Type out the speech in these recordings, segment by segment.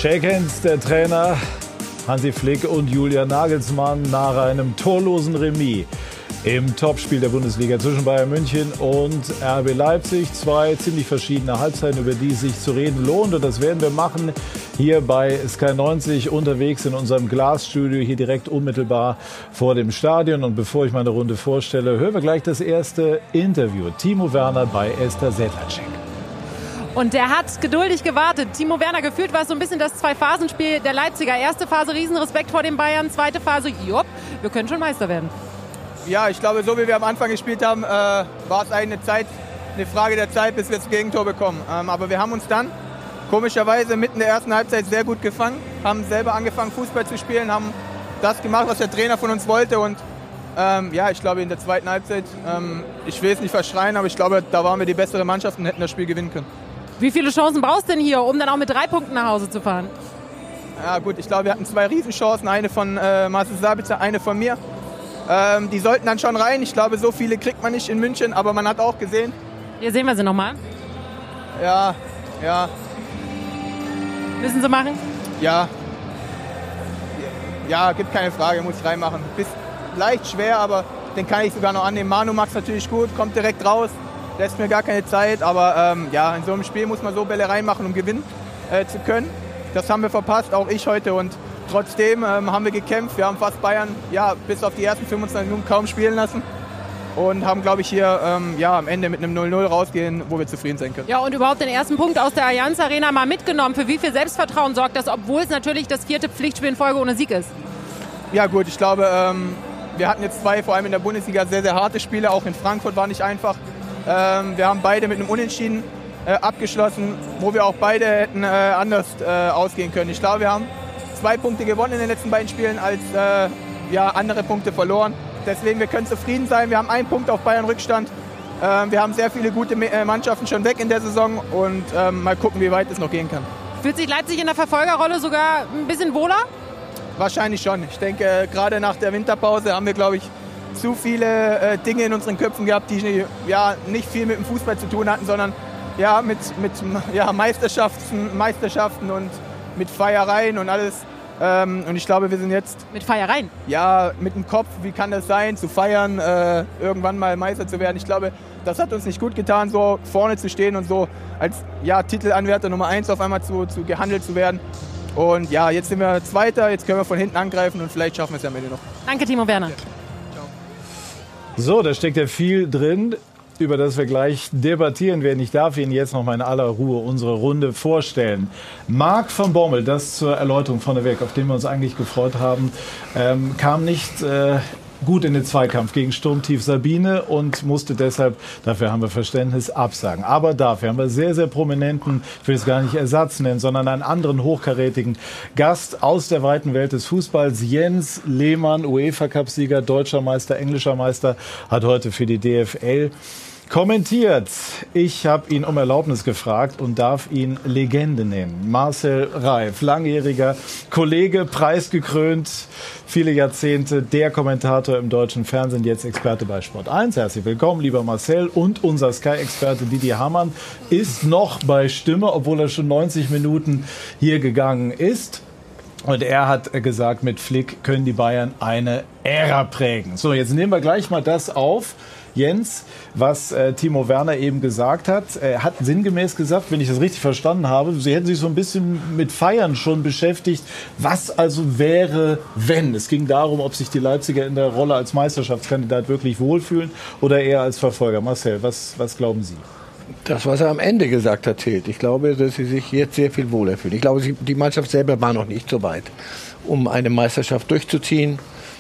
Shake-Hands der Trainer Hansi Flick und Julian Nagelsmann nach einem torlosen Remis im Topspiel der Bundesliga zwischen Bayern München und RB Leipzig. Zwei ziemlich verschiedene Halbzeiten, über die es sich zu reden lohnt. Und das werden wir machen hier bei Sky 90 unterwegs in unserem Glasstudio, hier direkt unmittelbar vor dem Stadion. Und bevor ich meine Runde vorstelle, hören wir gleich das erste Interview. Timo Werner bei Esther Sedlacek. Und der hat geduldig gewartet. Timo Werner, gefühlt war es so ein bisschen das Zwei-Phasen-Spiel der Leipziger. Erste Phase, Riesenrespekt vor den Bayern. Zweite Phase, jupp, wir können schon Meister werden. Ja, ich glaube, so wie wir am Anfang gespielt haben, war es eigentlich eine Frage der Zeit, bis wir das Gegentor bekommen. Aber wir haben uns dann komischerweise mitten in der ersten Halbzeit sehr gut gefangen, haben selber angefangen, Fußball zu spielen, haben das gemacht, was der Trainer von uns wollte. Und ich glaube, in der zweiten Halbzeit, ich will es nicht verschreien, aber ich glaube, da waren wir die bessere Mannschaft und hätten das Spiel gewinnen können. Wie viele Chancen brauchst du denn hier, um dann auch mit 3 Punkten nach Hause zu fahren? Ja gut, ich glaube, wir hatten 2 Riesenchancen, eine von Marcel Sabitzer, eine von mir. Die sollten dann schon rein. Ich glaube, so viele kriegt man nicht in München, aber man hat auch gesehen. Hier sehen wir sie nochmal. Ja. Müssen sie machen? Ja, gibt keine Frage, muss ich reinmachen. Ist leicht schwer, aber den kann ich sogar noch annehmen. Manu macht es natürlich gut, kommt direkt raus, lässt mir gar keine Zeit. Aber in so einem Spiel muss man so Bälle reinmachen, um gewinnen zu können. Das haben wir verpasst, auch ich heute. Und trotzdem haben wir gekämpft. Wir haben fast Bayern bis auf die ersten 25 Minuten kaum spielen lassen. Und haben, glaube ich, hier am Ende mit einem 0-0 rausgehen, wo wir zufrieden sein können. Ja, und überhaupt den ersten Punkt aus der Allianz Arena mal mitgenommen. Für wie viel Selbstvertrauen sorgt das, obwohl es natürlich das 4. Pflichtspiel in Folge ohne Sieg ist? Ja gut, ich glaube, wir hatten jetzt 2, vor allem in der Bundesliga, sehr, sehr harte Spiele. Auch in Frankfurt war nicht einfach. Wir haben beide mit einem Unentschieden abgeschlossen, wo wir auch beide hätten anders ausgehen können. Ich glaube, wir haben 2 Punkte gewonnen in den letzten beiden Spielen, als andere Punkte verloren. Deswegen, wir können zufrieden sein. Wir haben 1 Punkt auf Bayern Rückstand. Wir haben sehr viele gute Mannschaften schon weg in der Saison und mal gucken, wie weit es noch gehen kann. Fühlt sich Leipzig in der Verfolgerrolle sogar ein bisschen wohler? Wahrscheinlich schon. Ich denke, gerade nach der Winterpause haben wir, glaube ich, zu viele Dinge in unseren Köpfen gehabt, die nicht viel mit dem Fußball zu tun hatten, sondern mit Meisterschaften und mit Feiereien und alles. Und ich glaube, wir sind jetzt... Mit Feiereien? Ja, mit dem Kopf, wie kann das sein, zu feiern, irgendwann mal Meister zu werden. Ich glaube, das hat uns nicht gut getan, so vorne zu stehen und so als Titelanwärter Nummer 1 auf einmal zu gehandelt zu werden. Und jetzt sind wir Zweiter, jetzt können wir von hinten angreifen und vielleicht schaffen wir es am Ende noch. Danke, Timo Werner. So, da steckt ja viel drin, über das wir gleich debattieren werden. Ich darf Ihnen jetzt noch mal in aller Ruhe unsere Runde vorstellen. Marc van Bommel, das zur Erläuterung vorneweg, auf den wir uns eigentlich gefreut haben, kam nicht gut in den Zweikampf gegen Sturmtief Sabine und musste deshalb, dafür haben wir Verständnis, absagen. Aber dafür haben wir sehr, sehr prominenten, ich will es gar nicht Ersatz nennen, sondern einen anderen hochkarätigen Gast aus der weiten Welt des Fußballs. Jens Lehmann, UEFA-Cup-Sieger, deutscher Meister, englischer Meister, hat heute für die DFL kommentiert. Ich habe ihn um Erlaubnis gefragt und darf ihn Legende nennen. Marcel Reif, langjähriger Kollege, preisgekrönt, viele Jahrzehnte, der Kommentator im deutschen Fernsehen, jetzt Experte bei Sport 1. Herzlich willkommen, lieber Marcel. Und unser Sky-Experte Didier Hamann ist noch bei Stimme, obwohl er schon 90 Minuten hier gegangen ist. Und er hat gesagt, mit Flick können die Bayern eine Ära prägen. So, jetzt nehmen wir gleich mal das auf, Jens, was Timo Werner eben gesagt hat. Er hat sinngemäß gesagt, wenn ich das richtig verstanden habe, Sie hätten sich so ein bisschen mit Feiern schon beschäftigt. Was also wäre, wenn? Es ging darum, ob sich die Leipziger in der Rolle als Meisterschaftskandidat wirklich wohlfühlen oder eher als Verfolger. Marcel, was glauben Sie? Das, was er am Ende gesagt hat, zählt. Ich glaube, dass sie sich jetzt sehr viel wohler fühlen. Ich glaube, die Mannschaft selber war noch nicht so weit, um eine Meisterschaft durchzuziehen.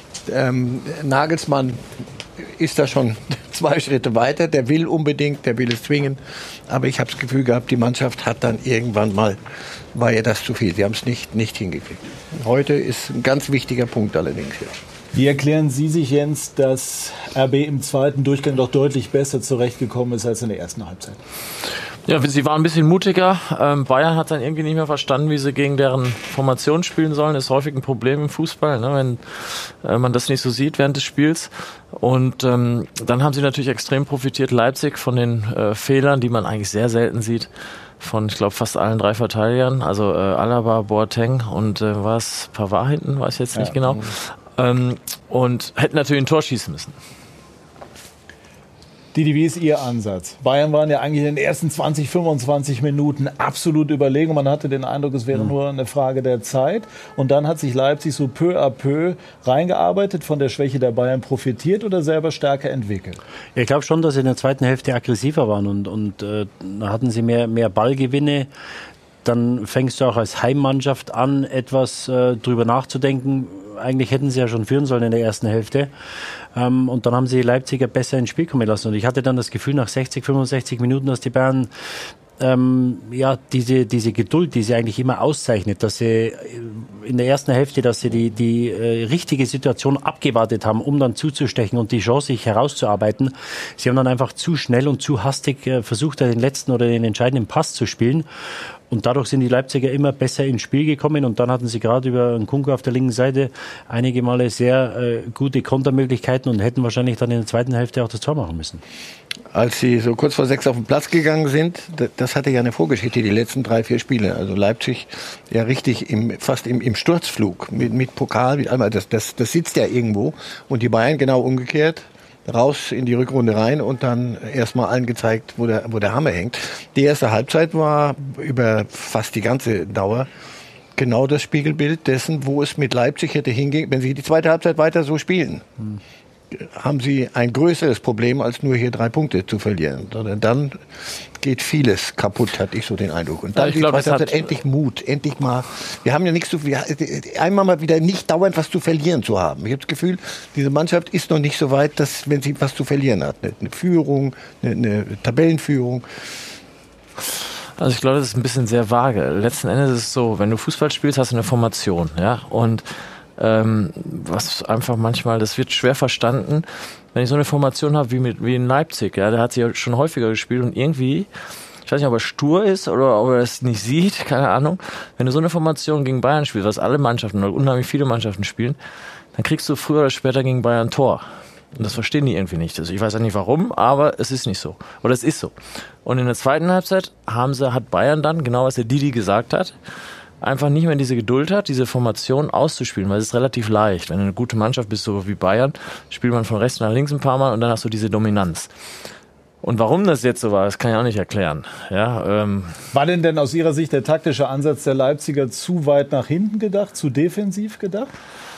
Nagelsmann ist da schon 2 Schritte weiter. Der will unbedingt, der will es zwingen. Aber ich habe das Gefühl gehabt, die Mannschaft hat dann irgendwann mal, war ihr das zu viel. Sie haben es nicht hingekriegt. Heute ist ein ganz wichtiger Punkt allerdings. Ja. Wie erklären Sie sich, Jens, dass RB im zweiten Durchgang doch deutlich besser zurechtgekommen ist als in der ersten Halbzeit? Ja, sie waren ein bisschen mutiger. Bayern hat dann irgendwie nicht mehr verstanden, wie sie gegen deren Formation spielen sollen. Das ist häufig ein Problem im Fußball, ne, wenn man das nicht so sieht während des Spiels. Und dann haben sie natürlich extrem profitiert, Leipzig, von den Fehlern, die man eigentlich sehr selten sieht. von, ich glaube, fast allen 3 Verteidigern, also Alaba, Boateng und war es Pavard hinten, weiß ich jetzt nicht genau. Und hätten natürlich ein Tor schießen müssen. Didi, wie ist Ihr Ansatz? Bayern waren ja eigentlich in den ersten 20, 25 Minuten absolut überlegen. Man hatte den Eindruck, es wäre nur eine Frage der Zeit. Und dann hat sich Leipzig so peu à peu reingearbeitet, von der Schwäche der Bayern profitiert oder selber stärker entwickelt? Ja, ich glaube schon, dass sie in der zweiten Hälfte aggressiver waren und da hatten sie mehr Ballgewinne. Dann fängst du auch als Heimmannschaft an, etwas drüber nachzudenken. Eigentlich hätten sie ja schon führen sollen in der ersten Hälfte. Und dann haben sie die Leipziger besser ins Spiel kommen lassen. Und ich hatte dann das Gefühl, nach 60, 65 Minuten, dass die Bayern diese Geduld, die sie eigentlich immer auszeichnet, dass sie in der ersten Hälfte, dass sie die richtige Situation abgewartet haben, um dann zuzustechen und die Chance sich herauszuarbeiten. Sie haben dann einfach zu schnell und zu hastig versucht, den letzten oder den entscheidenden Pass zu spielen. Und dadurch sind die Leipziger immer besser ins Spiel gekommen und dann hatten sie gerade über Nkunku auf der linken Seite einige Male sehr gute Kontermöglichkeiten und hätten wahrscheinlich dann in der zweiten Hälfte auch das Tor machen müssen. Als sie so kurz vor 6 auf den Platz gegangen sind, das hatte ja eine Vorgeschichte, die letzten 3-4 Spiele. Also Leipzig ja richtig fast im Sturzflug mit Pokal, mit einmal das sitzt ja irgendwo und die Bayern genau umgekehrt. Raus in die Rückrunde rein und dann erstmal allen gezeigt, wo der Hammer hängt. Die erste Halbzeit war über fast die ganze Dauer genau das Spiegelbild dessen, wo es mit Leipzig hätte hingehen, wenn sie die zweite Halbzeit weiter so spielen. Haben sie ein größeres Problem, als nur hier 3 Punkte zu verlieren. Sondern dann geht vieles kaputt, hatte ich so den Eindruck. Und dann endlich Mut, endlich mal. Wir haben ja nichts zu viel. Einmal mal wieder nicht dauernd was zu verlieren zu haben. Ich habe das Gefühl, diese Mannschaft ist noch nicht so weit, dass, wenn sie was zu verlieren hat. Eine Führung, eine Tabellenführung. Also ich glaube, das ist ein bisschen sehr vage. Letzten Endes ist es so, wenn du Fußball spielst, hast du eine Formation, ja, und was einfach manchmal, das wird schwer verstanden, wenn ich so eine Formation habe wie in Leipzig, ja, der hat sie ja schon häufiger gespielt und irgendwie, ich weiß nicht, ob er stur ist oder ob er das nicht sieht, keine Ahnung, wenn du so eine Formation gegen Bayern spielst, was alle Mannschaften oder unheimlich viele Mannschaften spielen, dann kriegst du früher oder später gegen Bayern ein Tor. Und das verstehen die irgendwie nicht. Also ich weiß ja nicht warum, aber es ist nicht so. Oder es ist so. Und in der zweiten Halbzeit hat Bayern dann, genau was der Didi gesagt hat, einfach nicht mehr diese Geduld hat, diese Formation auszuspielen, weil es ist relativ leicht. Wenn du eine gute Mannschaft bist, so wie Bayern, spielt man von rechts nach links ein paar Mal und dann hast du diese Dominanz. Und warum das jetzt so war, das kann ich auch nicht erklären. Ja, war denn aus Ihrer Sicht der taktische Ansatz der Leipziger zu weit nach hinten gedacht, zu defensiv gedacht?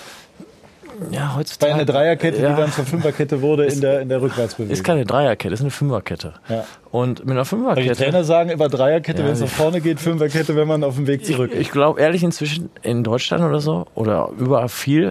Ja, heutzutage. Bei einer Dreierkette, die dann zur Fünferkette wurde in der Rückwärtsbewegung. Ist keine Dreierkette, ist eine Fünferkette. Ja. Und mit einer Fünferkette. Die Trainer sagen immer Dreierkette, wenn es nach vorne geht, Fünferkette, wenn man auf dem Weg zurück ist. Ich glaube ehrlich inzwischen in Deutschland oder so oder überall viel,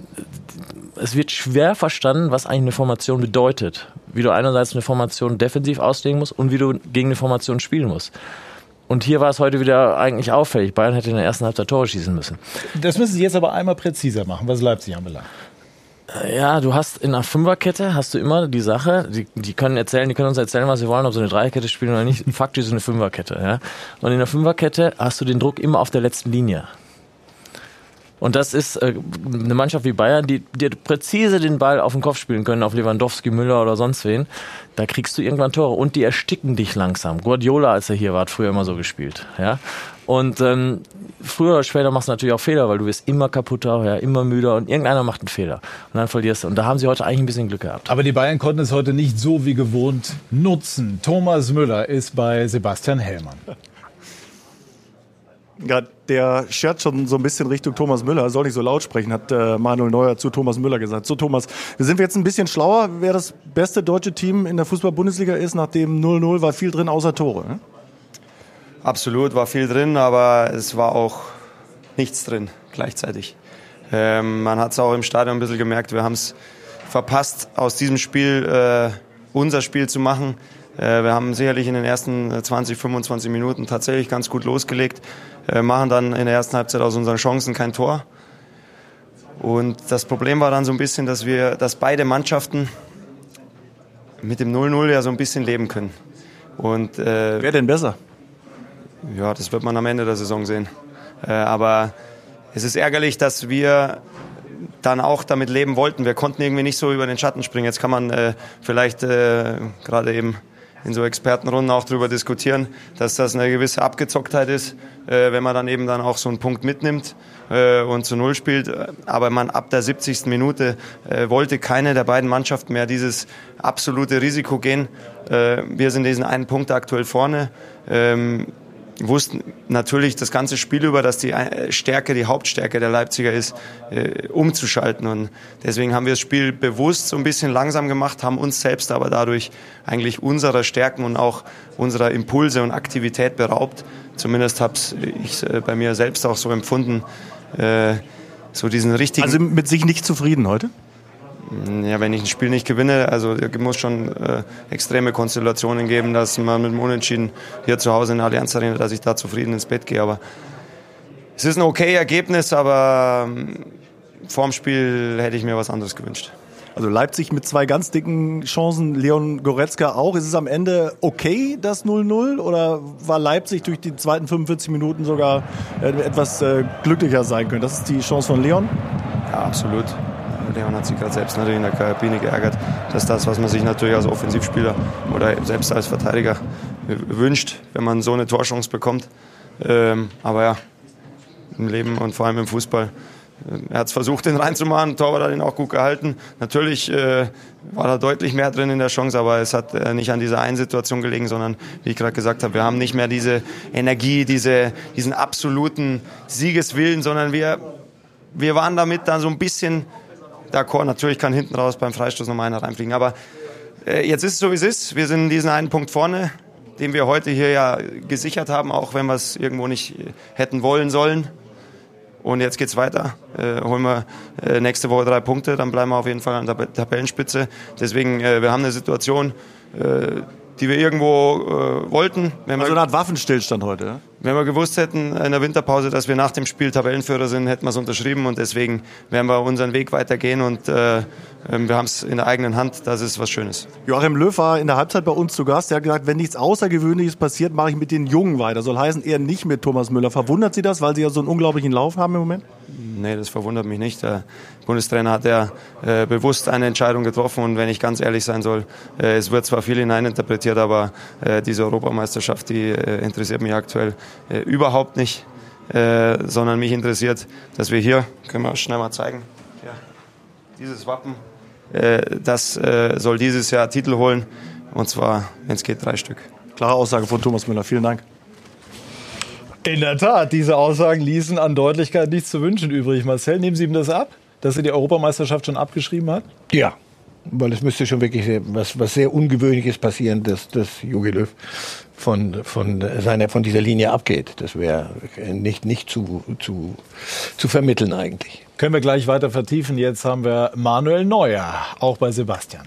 es wird schwer verstanden, was eigentlich eine Formation bedeutet. Wie du einerseits eine Formation defensiv auslegen musst und wie du gegen eine Formation spielen musst. Und hier war es heute wieder eigentlich auffällig. Bayern hätte in der ersten Halbzeit Tore schießen müssen. Das müssen Sie jetzt aber einmal präziser machen, was Leipzig anbelangt. Ja, du hast in einer Fünferkette hast du immer die Sache, die können uns erzählen, was sie wollen, ob sie eine Dreierkette spielen oder nicht. Faktisch ist es eine Fünferkette. Ja? Und in der Fünferkette hast du den Druck immer auf der letzten Linie. Und das ist eine Mannschaft wie Bayern, die präzise den Ball auf den Kopf spielen können, auf Lewandowski, Müller oder sonst wen. Da kriegst du irgendwann Tore und die ersticken dich langsam. Guardiola, als er hier war, hat früher immer so gespielt. Ja? Und früher oder später machst du natürlich auch Fehler, weil du wirst immer kaputter, ja, immer müder und irgendeiner macht einen Fehler. Und dann verlierst du. Und da haben sie heute eigentlich ein bisschen Glück gehabt. Aber die Bayern konnten es heute nicht so wie gewohnt nutzen. Thomas Müller ist bei Sebastian Hellmann. Ja, der schert schon so ein bisschen Richtung Thomas Müller. Soll nicht so laut sprechen, hat Manuel Neuer zu Thomas Müller gesagt. So Thomas, wir sind jetzt ein bisschen schlauer, wer das beste deutsche Team in der Fußball-Bundesliga ist. Nach dem 0-0 war viel drin, außer Tore. Ne? Absolut, war viel drin, aber es war auch nichts drin gleichzeitig. Man hat es auch im Stadion ein bisschen gemerkt, wir haben es verpasst, aus diesem Spiel unser Spiel zu machen. Wir haben sicherlich in den ersten 20, 25 Minuten tatsächlich ganz gut losgelegt, machen dann in der ersten Halbzeit aus unseren Chancen kein Tor. Und das Problem war dann so ein bisschen, dass beide Mannschaften mit dem 0-0 ja so ein bisschen leben können. Und, wer denn besser? Ja, das wird man am Ende der Saison sehen. Aber es ist ärgerlich, dass wir dann auch damit leben wollten. Wir konnten irgendwie nicht so über den Schatten springen. Jetzt kann man vielleicht gerade eben in so Expertenrunden auch darüber diskutieren, dass das eine gewisse Abgezocktheit ist, wenn man dann eben dann auch so einen Punkt mitnimmt und zu 0 spielt. Aber man ab der 70. Minute wollte keine der beiden Mannschaften mehr dieses absolute Risiko gehen. Wir sind diesen einen Punkt aktuell vorne. Wussten natürlich das ganze Spiel über, dass die Stärke, die Hauptstärke der Leipziger ist, umzuschalten. Und deswegen haben wir das Spiel bewusst so ein bisschen langsam gemacht, haben uns selbst aber dadurch eigentlich unserer Stärken und auch unserer Impulse und Aktivität beraubt. Zumindest habe ich bei mir selbst auch so empfunden, so diesen richtigen... Also mit sich nicht zufrieden heute? Ja, wenn ich ein Spiel nicht gewinne, also es muss schon extreme Konstellationen geben, dass man mit dem Unentschieden hier zu Hause in der Allianz Arena, dass ich da zufrieden ins Bett gehe. Aber es ist ein okay Ergebnis, aber vorm Spiel hätte ich mir was anderes gewünscht. Also Leipzig mit 2 ganz dicken Chancen, Leon Goretzka auch. Ist es am Ende okay, das 0-0? Oder war Leipzig durch die zweiten 45 Minuten sogar etwas glücklicher sein können? Das ist die Chance von Leon? Ja, absolut. Leon hat sich gerade selbst natürlich in der Kabine geärgert, dass das, was man sich natürlich als Offensivspieler oder selbst als Verteidiger wünscht, wenn man so eine Torchance bekommt. Aber ja, im Leben und vor allem im Fußball. Er hat es versucht, den reinzumachen, der Torwart hat ihn auch gut gehalten. Natürlich war da deutlich mehr drin in der Chance, aber es hat nicht an dieser einen Situation gelegen, sondern, wie ich gerade gesagt habe, wir haben nicht mehr diese Energie, diesen absoluten Siegeswillen, sondern wir waren damit dann so ein bisschen... D'accord, natürlich kann hinten raus beim Freistoß nochmal einer reinfliegen. Aber jetzt ist es so, wie es ist. Wir sind in diesen einen Punkt vorne, den wir heute hier ja gesichert haben, auch wenn wir es irgendwo nicht hätten wollen sollen. Und jetzt geht's weiter. Holen wir nächste Woche 3 Punkte, dann bleiben wir auf jeden Fall an der Tabellenspitze. Deswegen, wir haben eine Situation, die wir irgendwo wollten. Also eine Art Waffenstillstand heute, ja? Wenn wir gewusst hätten in der Winterpause, dass wir nach dem Spiel Tabellenführer sind, hätten wir es unterschrieben und deswegen werden wir unseren Weg weitergehen und wir haben es in der eigenen Hand, das ist was Schönes. Joachim Löw war in der Halbzeit bei uns zu Gast, der hat gesagt, wenn nichts Außergewöhnliches passiert, mache ich mit den Jungen weiter. Soll heißen, eher nicht mit Thomas Müller. Verwundert Sie das, weil Sie ja so einen unglaublichen Lauf haben im Moment? Nee, das verwundert mich nicht. Der Bundestrainer hat ja bewusst eine Entscheidung getroffen und wenn ich ganz ehrlich sein soll, es wird zwar viel hineininterpretiert, aber diese Europameisterschaft, die interessiert mich aktuell überhaupt nicht, sondern mich interessiert, dass wir hier, können wir schnell mal zeigen, ja, dieses Wappen, das soll dieses Jahr Titel holen und zwar, wenn es geht, 3 Stück. Klare Aussage von Thomas Müller, vielen Dank. In der Tat, diese Aussagen ließen an Deutlichkeit nichts zu wünschen übrig. Marcel, nehmen Sie ihm das ab, dass er die Europameisterschaft schon abgeschrieben hat? Ja, weil es müsste schon wirklich was sehr Ungewöhnliches passieren, dass Jogi Löw von dieser Linie abgeht. Das wäre nicht zu vermitteln eigentlich. Können wir gleich weiter vertiefen. Jetzt haben wir Manuel Neuer, auch bei Sebastian.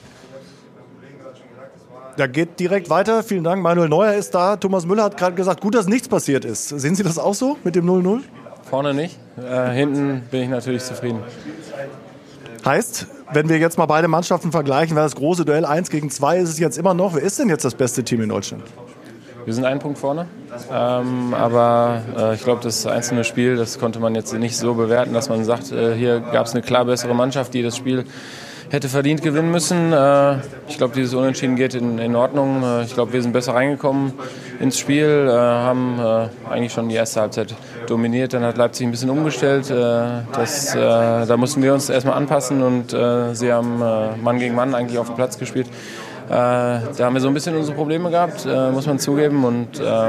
Da geht direkt weiter. Vielen Dank. Manuel Neuer ist da. Thomas Müller hat gerade gesagt, gut, dass nichts passiert ist. Sehen Sie das auch so mit dem 0-0? Vorne nicht. Hinten bin ich natürlich zufrieden. Heißt, wenn wir jetzt mal beide Mannschaften vergleichen, wäre das große Duell 1 gegen 2, ist es jetzt immer noch. Wer ist denn jetzt das beste Team in Deutschland? Wir sind einen Punkt vorne. Aber ich glaube, das einzelne Spiel, das konnte man jetzt nicht so bewerten, dass man sagt, hier gab es eine klar bessere Mannschaft, die das Spiel hätte verdient gewinnen müssen. Ich glaube, dieses Unentschieden geht in Ordnung. Ich glaube, wir sind besser reingekommen ins Spiel, haben eigentlich schon die erste Halbzeit dominiert. Dann hat Leipzig ein bisschen umgestellt. Da mussten wir uns erstmal anpassen und sie haben Mann gegen Mann eigentlich auf dem Platz gespielt. Da haben wir so ein bisschen unsere Probleme gehabt, muss man zugeben. Und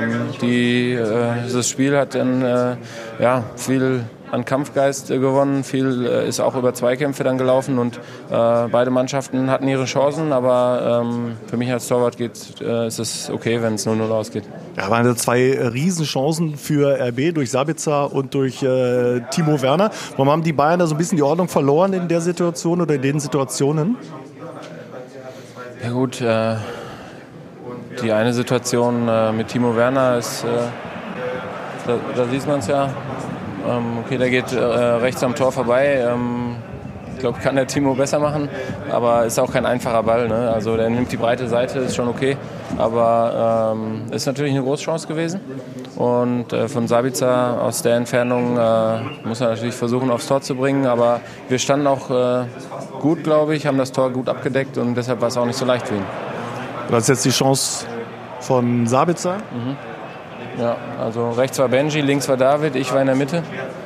das Spiel hat dann viel an Kampfgeist gewonnen, viel ist auch über Zweikämpfe dann gelaufen und beide Mannschaften hatten ihre Chancen, aber für mich als Torwart ist es okay, wenn es 0-0 ausgeht. Ja, waren 2 Riesenchancen für RB durch Sabitzer und durch Timo Werner. Warum haben die Bayern da so ein bisschen die Ordnung verloren in der Situation oder in den Situationen? Ja gut, die eine Situation mit Timo Werner ist, da sieht man es ja. Okay, der geht rechts am Tor vorbei. Ich glaube, kann der Timo besser machen, aber ist auch kein einfacher Ball. Ne? Also der nimmt die breite Seite, ist schon okay. Aber ist natürlich eine Großchance gewesen. Und von Sabitzer aus der Entfernung muss er natürlich versuchen, aufs Tor zu bringen. Aber wir standen auch gut, glaube ich, haben das Tor gut abgedeckt und deshalb war es auch nicht so leicht für ihn. Das ist jetzt die Chance von Sabitzer. Ja, also rechts war Benji, links war David, ich war in der Mitte.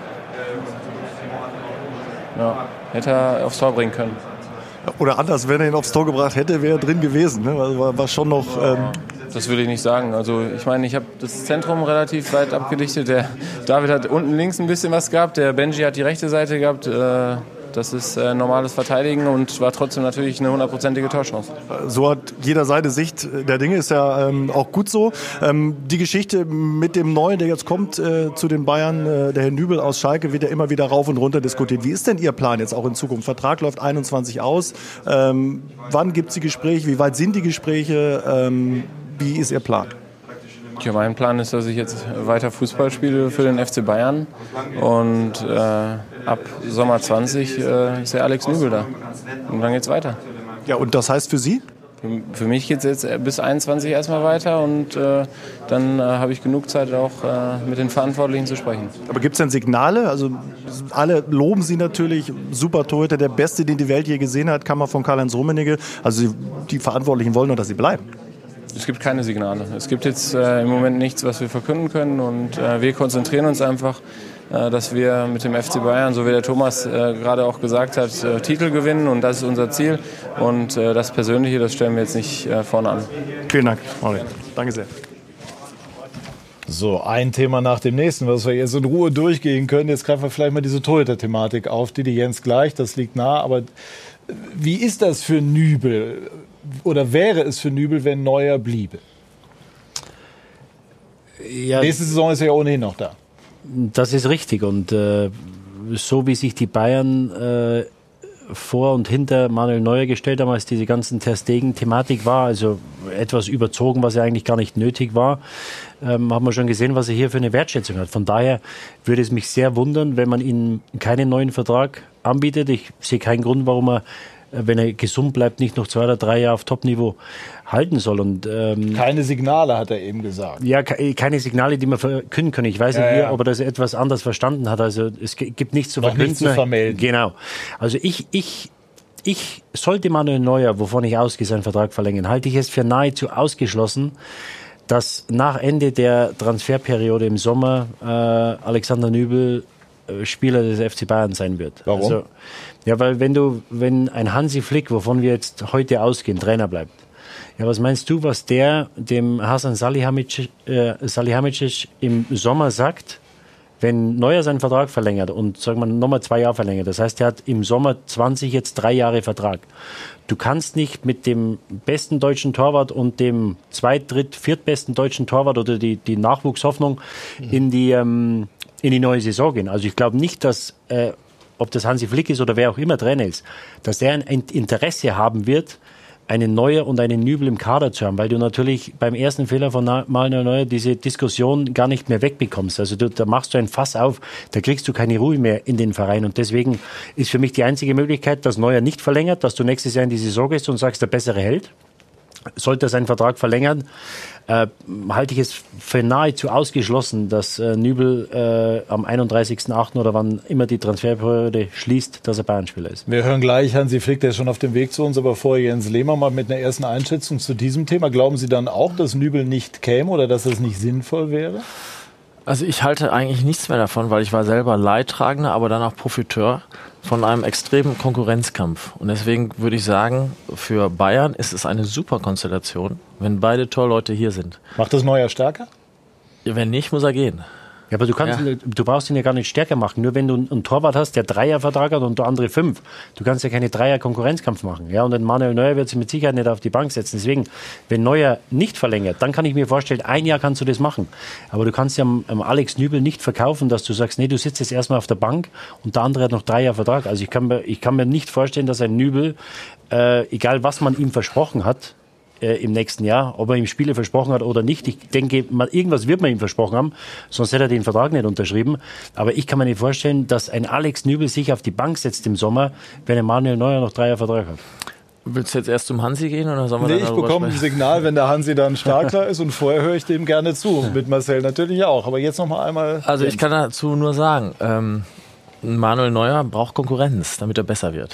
Ja, hätte er aufs Tor bringen können. Oder anders, wenn er ihn aufs Tor gebracht hätte, wäre er drin gewesen. Ne? Also war schon noch... Das würde ich nicht sagen. Also ich meine, ich habe das Zentrum relativ weit abgedichtet. Der David hat unten links ein bisschen was gehabt, der Benji hat die rechte Seite gehabt. Das ist normales Verteidigen und war trotzdem natürlich eine 100%ige Torchance. So hat jeder seine Sicht der Dinge, ist ja auch gut so. Die Geschichte mit dem Neuen, der jetzt kommt zu den Bayern, der Herr Nübel aus Schalke, wird ja immer wieder rauf und runter diskutiert. Wie ist denn Ihr Plan jetzt auch in Zukunft? Vertrag läuft 21 aus. Wann gibt es die Gespräche? Wie weit sind die Gespräche? Wie ist Ihr Plan? Ja, mein Plan ist, dass ich jetzt weiter Fußball spiele für den FC Bayern und ab Sommer 20 ist der Alex Nübel da und dann geht's weiter. Ja, und das heißt für Sie? Für mich geht es jetzt bis 21 erstmal weiter und dann habe ich genug Zeit auch mit den Verantwortlichen zu sprechen. Aber gibt es denn Signale? Also alle loben Sie natürlich, super Torhüter, der Beste, den die Welt je gesehen hat, kam mal von Karl-Heinz Rummenigge. Also die Verantwortlichen wollen nur, dass Sie bleiben. Es gibt keine Signale. Es gibt jetzt im Moment nichts, was wir verkünden können und wir konzentrieren uns einfach, dass wir mit dem FC Bayern, so wie der Thomas gerade auch gesagt hat, Titel gewinnen und das ist unser Ziel und das Persönliche, das stellen wir jetzt nicht vorne an. Vielen Dank, Mario. Danke sehr. So, ein Thema nach dem nächsten, was wir jetzt in Ruhe durchgehen können. Jetzt greifen wir vielleicht mal diese Torhüter-Thematik auf, die Jens gleich, das liegt nah, aber wie ist das für Nübel? Oder wäre es für Nübel, wenn Neuer bliebe? Ja, nächste Saison ist er ja ohnehin noch da. Das ist richtig. Und so wie sich die Bayern vor und hinter Manuel Neuer gestellt haben, als diese ganzen Ter Stegen-Thematik war, also etwas überzogen, was ja eigentlich gar nicht nötig war, haben wir schon gesehen, was er hier für eine Wertschätzung hat. Von daher würde es mich sehr wundern, wenn man ihm keinen neuen Vertrag anbietet. Ich sehe keinen Grund, warum er, wenn er gesund bleibt, nicht noch 2 oder 3 Jahre auf Top-Niveau halten soll. Und, keine Signale, hat er eben gesagt. Ja, keine Signale, die man verkünden können. Ich weiß nicht, ob er das etwas anders verstanden hat. Also es gibt nichts zu verkünden. Nichts zu vermelden. Genau. Also ich sollte Manuel Neuer, wovon ich ausgehe, seinen Vertrag verlängern, halte ich es für nahezu ausgeschlossen, dass nach Ende der Transferperiode im Sommer Alexander Nübel Spieler des FC Bayern sein wird. Warum? Also, ja, weil wenn ein Hansi Flick, wovon wir jetzt heute ausgehen, Trainer bleibt, ja, was meinst du, was der dem Hasan Salihamidzic im Sommer sagt, wenn Neuer seinen Vertrag verlängert und, sagen wir, nochmal 2 Jahre verlängert, das heißt, er hat im Sommer 20 jetzt 3 Jahre Vertrag. Du kannst nicht mit dem besten deutschen Torwart und dem viertbesten deutschen Torwart oder die Nachwuchshoffnung in die neue Saison gehen. Also ich glaube nicht, dass, ob das Hansi Flick ist oder wer auch immer Trainer ist, dass der ein Interesse haben wird, einen Neuer und einen Nübel im Kader zu haben, weil du natürlich beim ersten Fehler von Manuel Neuer diese Diskussion gar nicht mehr wegbekommst. Also da machst du ein Fass auf, da kriegst du keine Ruhe mehr in den Verein. Und deswegen ist für mich die einzige Möglichkeit, dass Neuer nicht verlängert, dass du nächstes Jahr in die Saison gehst und sagst, der Bessere hält. Sollte er seinen Vertrag verlängern, halte ich es für nahezu ausgeschlossen, dass Nübel am 31.08. oder wann immer die Transferperiode schließt, dass er Bayern-Spieler ist. Wir hören gleich Hansi Flick, der ist schon auf dem Weg zu uns, aber vorher Jens Lehmer mal mit einer ersten Einschätzung zu diesem Thema. Glauben Sie dann auch, dass Nübel nicht käme oder dass es nicht sinnvoll wäre? Also ich halte eigentlich nichts mehr davon, weil ich war selber Leidtragender, aber dann auch Profiteur von einem extremen Konkurrenzkampf. Und deswegen würde ich sagen, für Bayern ist es eine super Konstellation, wenn beide Torleute hier sind. Macht das Neuer stärker? Ja, wenn nicht, muss er gehen. Ja, aber du brauchst ihn ja gar nicht stärker machen. Nur wenn du einen Torwart hast, der 3er-Vertrag hat und der andere 5. Du kannst ja keine 3er-Konkurrenzkampf machen. Ja, und den Manuel Neuer wird sich mit Sicherheit nicht auf die Bank setzen. Deswegen, wenn Neuer nicht verlängert, dann kann ich mir vorstellen, 1 Jahr kannst du das machen. Aber du kannst ja Alex Nübel nicht verkaufen, dass du sagst, nee, du sitzt jetzt erstmal auf der Bank und der andere hat noch 3 Jahre Vertrag. Also ich kann mir nicht vorstellen, dass ein Nübel, egal was man ihm versprochen hat, im nächsten Jahr, ob er ihm Spiele versprochen hat oder nicht. Ich denke, irgendwas wird man ihm versprochen haben, sonst hätte er den Vertrag nicht unterschrieben. Aber ich kann mir nicht vorstellen, dass ein Alex Nübel sich auf die Bank setzt im Sommer, wenn ein Manuel Neuer noch 3 Jahre Vertrag hat. Willst du jetzt erst zum Hansi gehen oder sollen wir dann darüber sprechen? Ich bekomme ein Signal, wenn der Hansi dann startklar ist und vorher höre ich dem gerne zu. Mit Marcel natürlich auch. Aber jetzt noch mal einmal. Also ich kann dazu nur sagen, Manuel Neuer braucht Konkurrenz, damit er besser wird.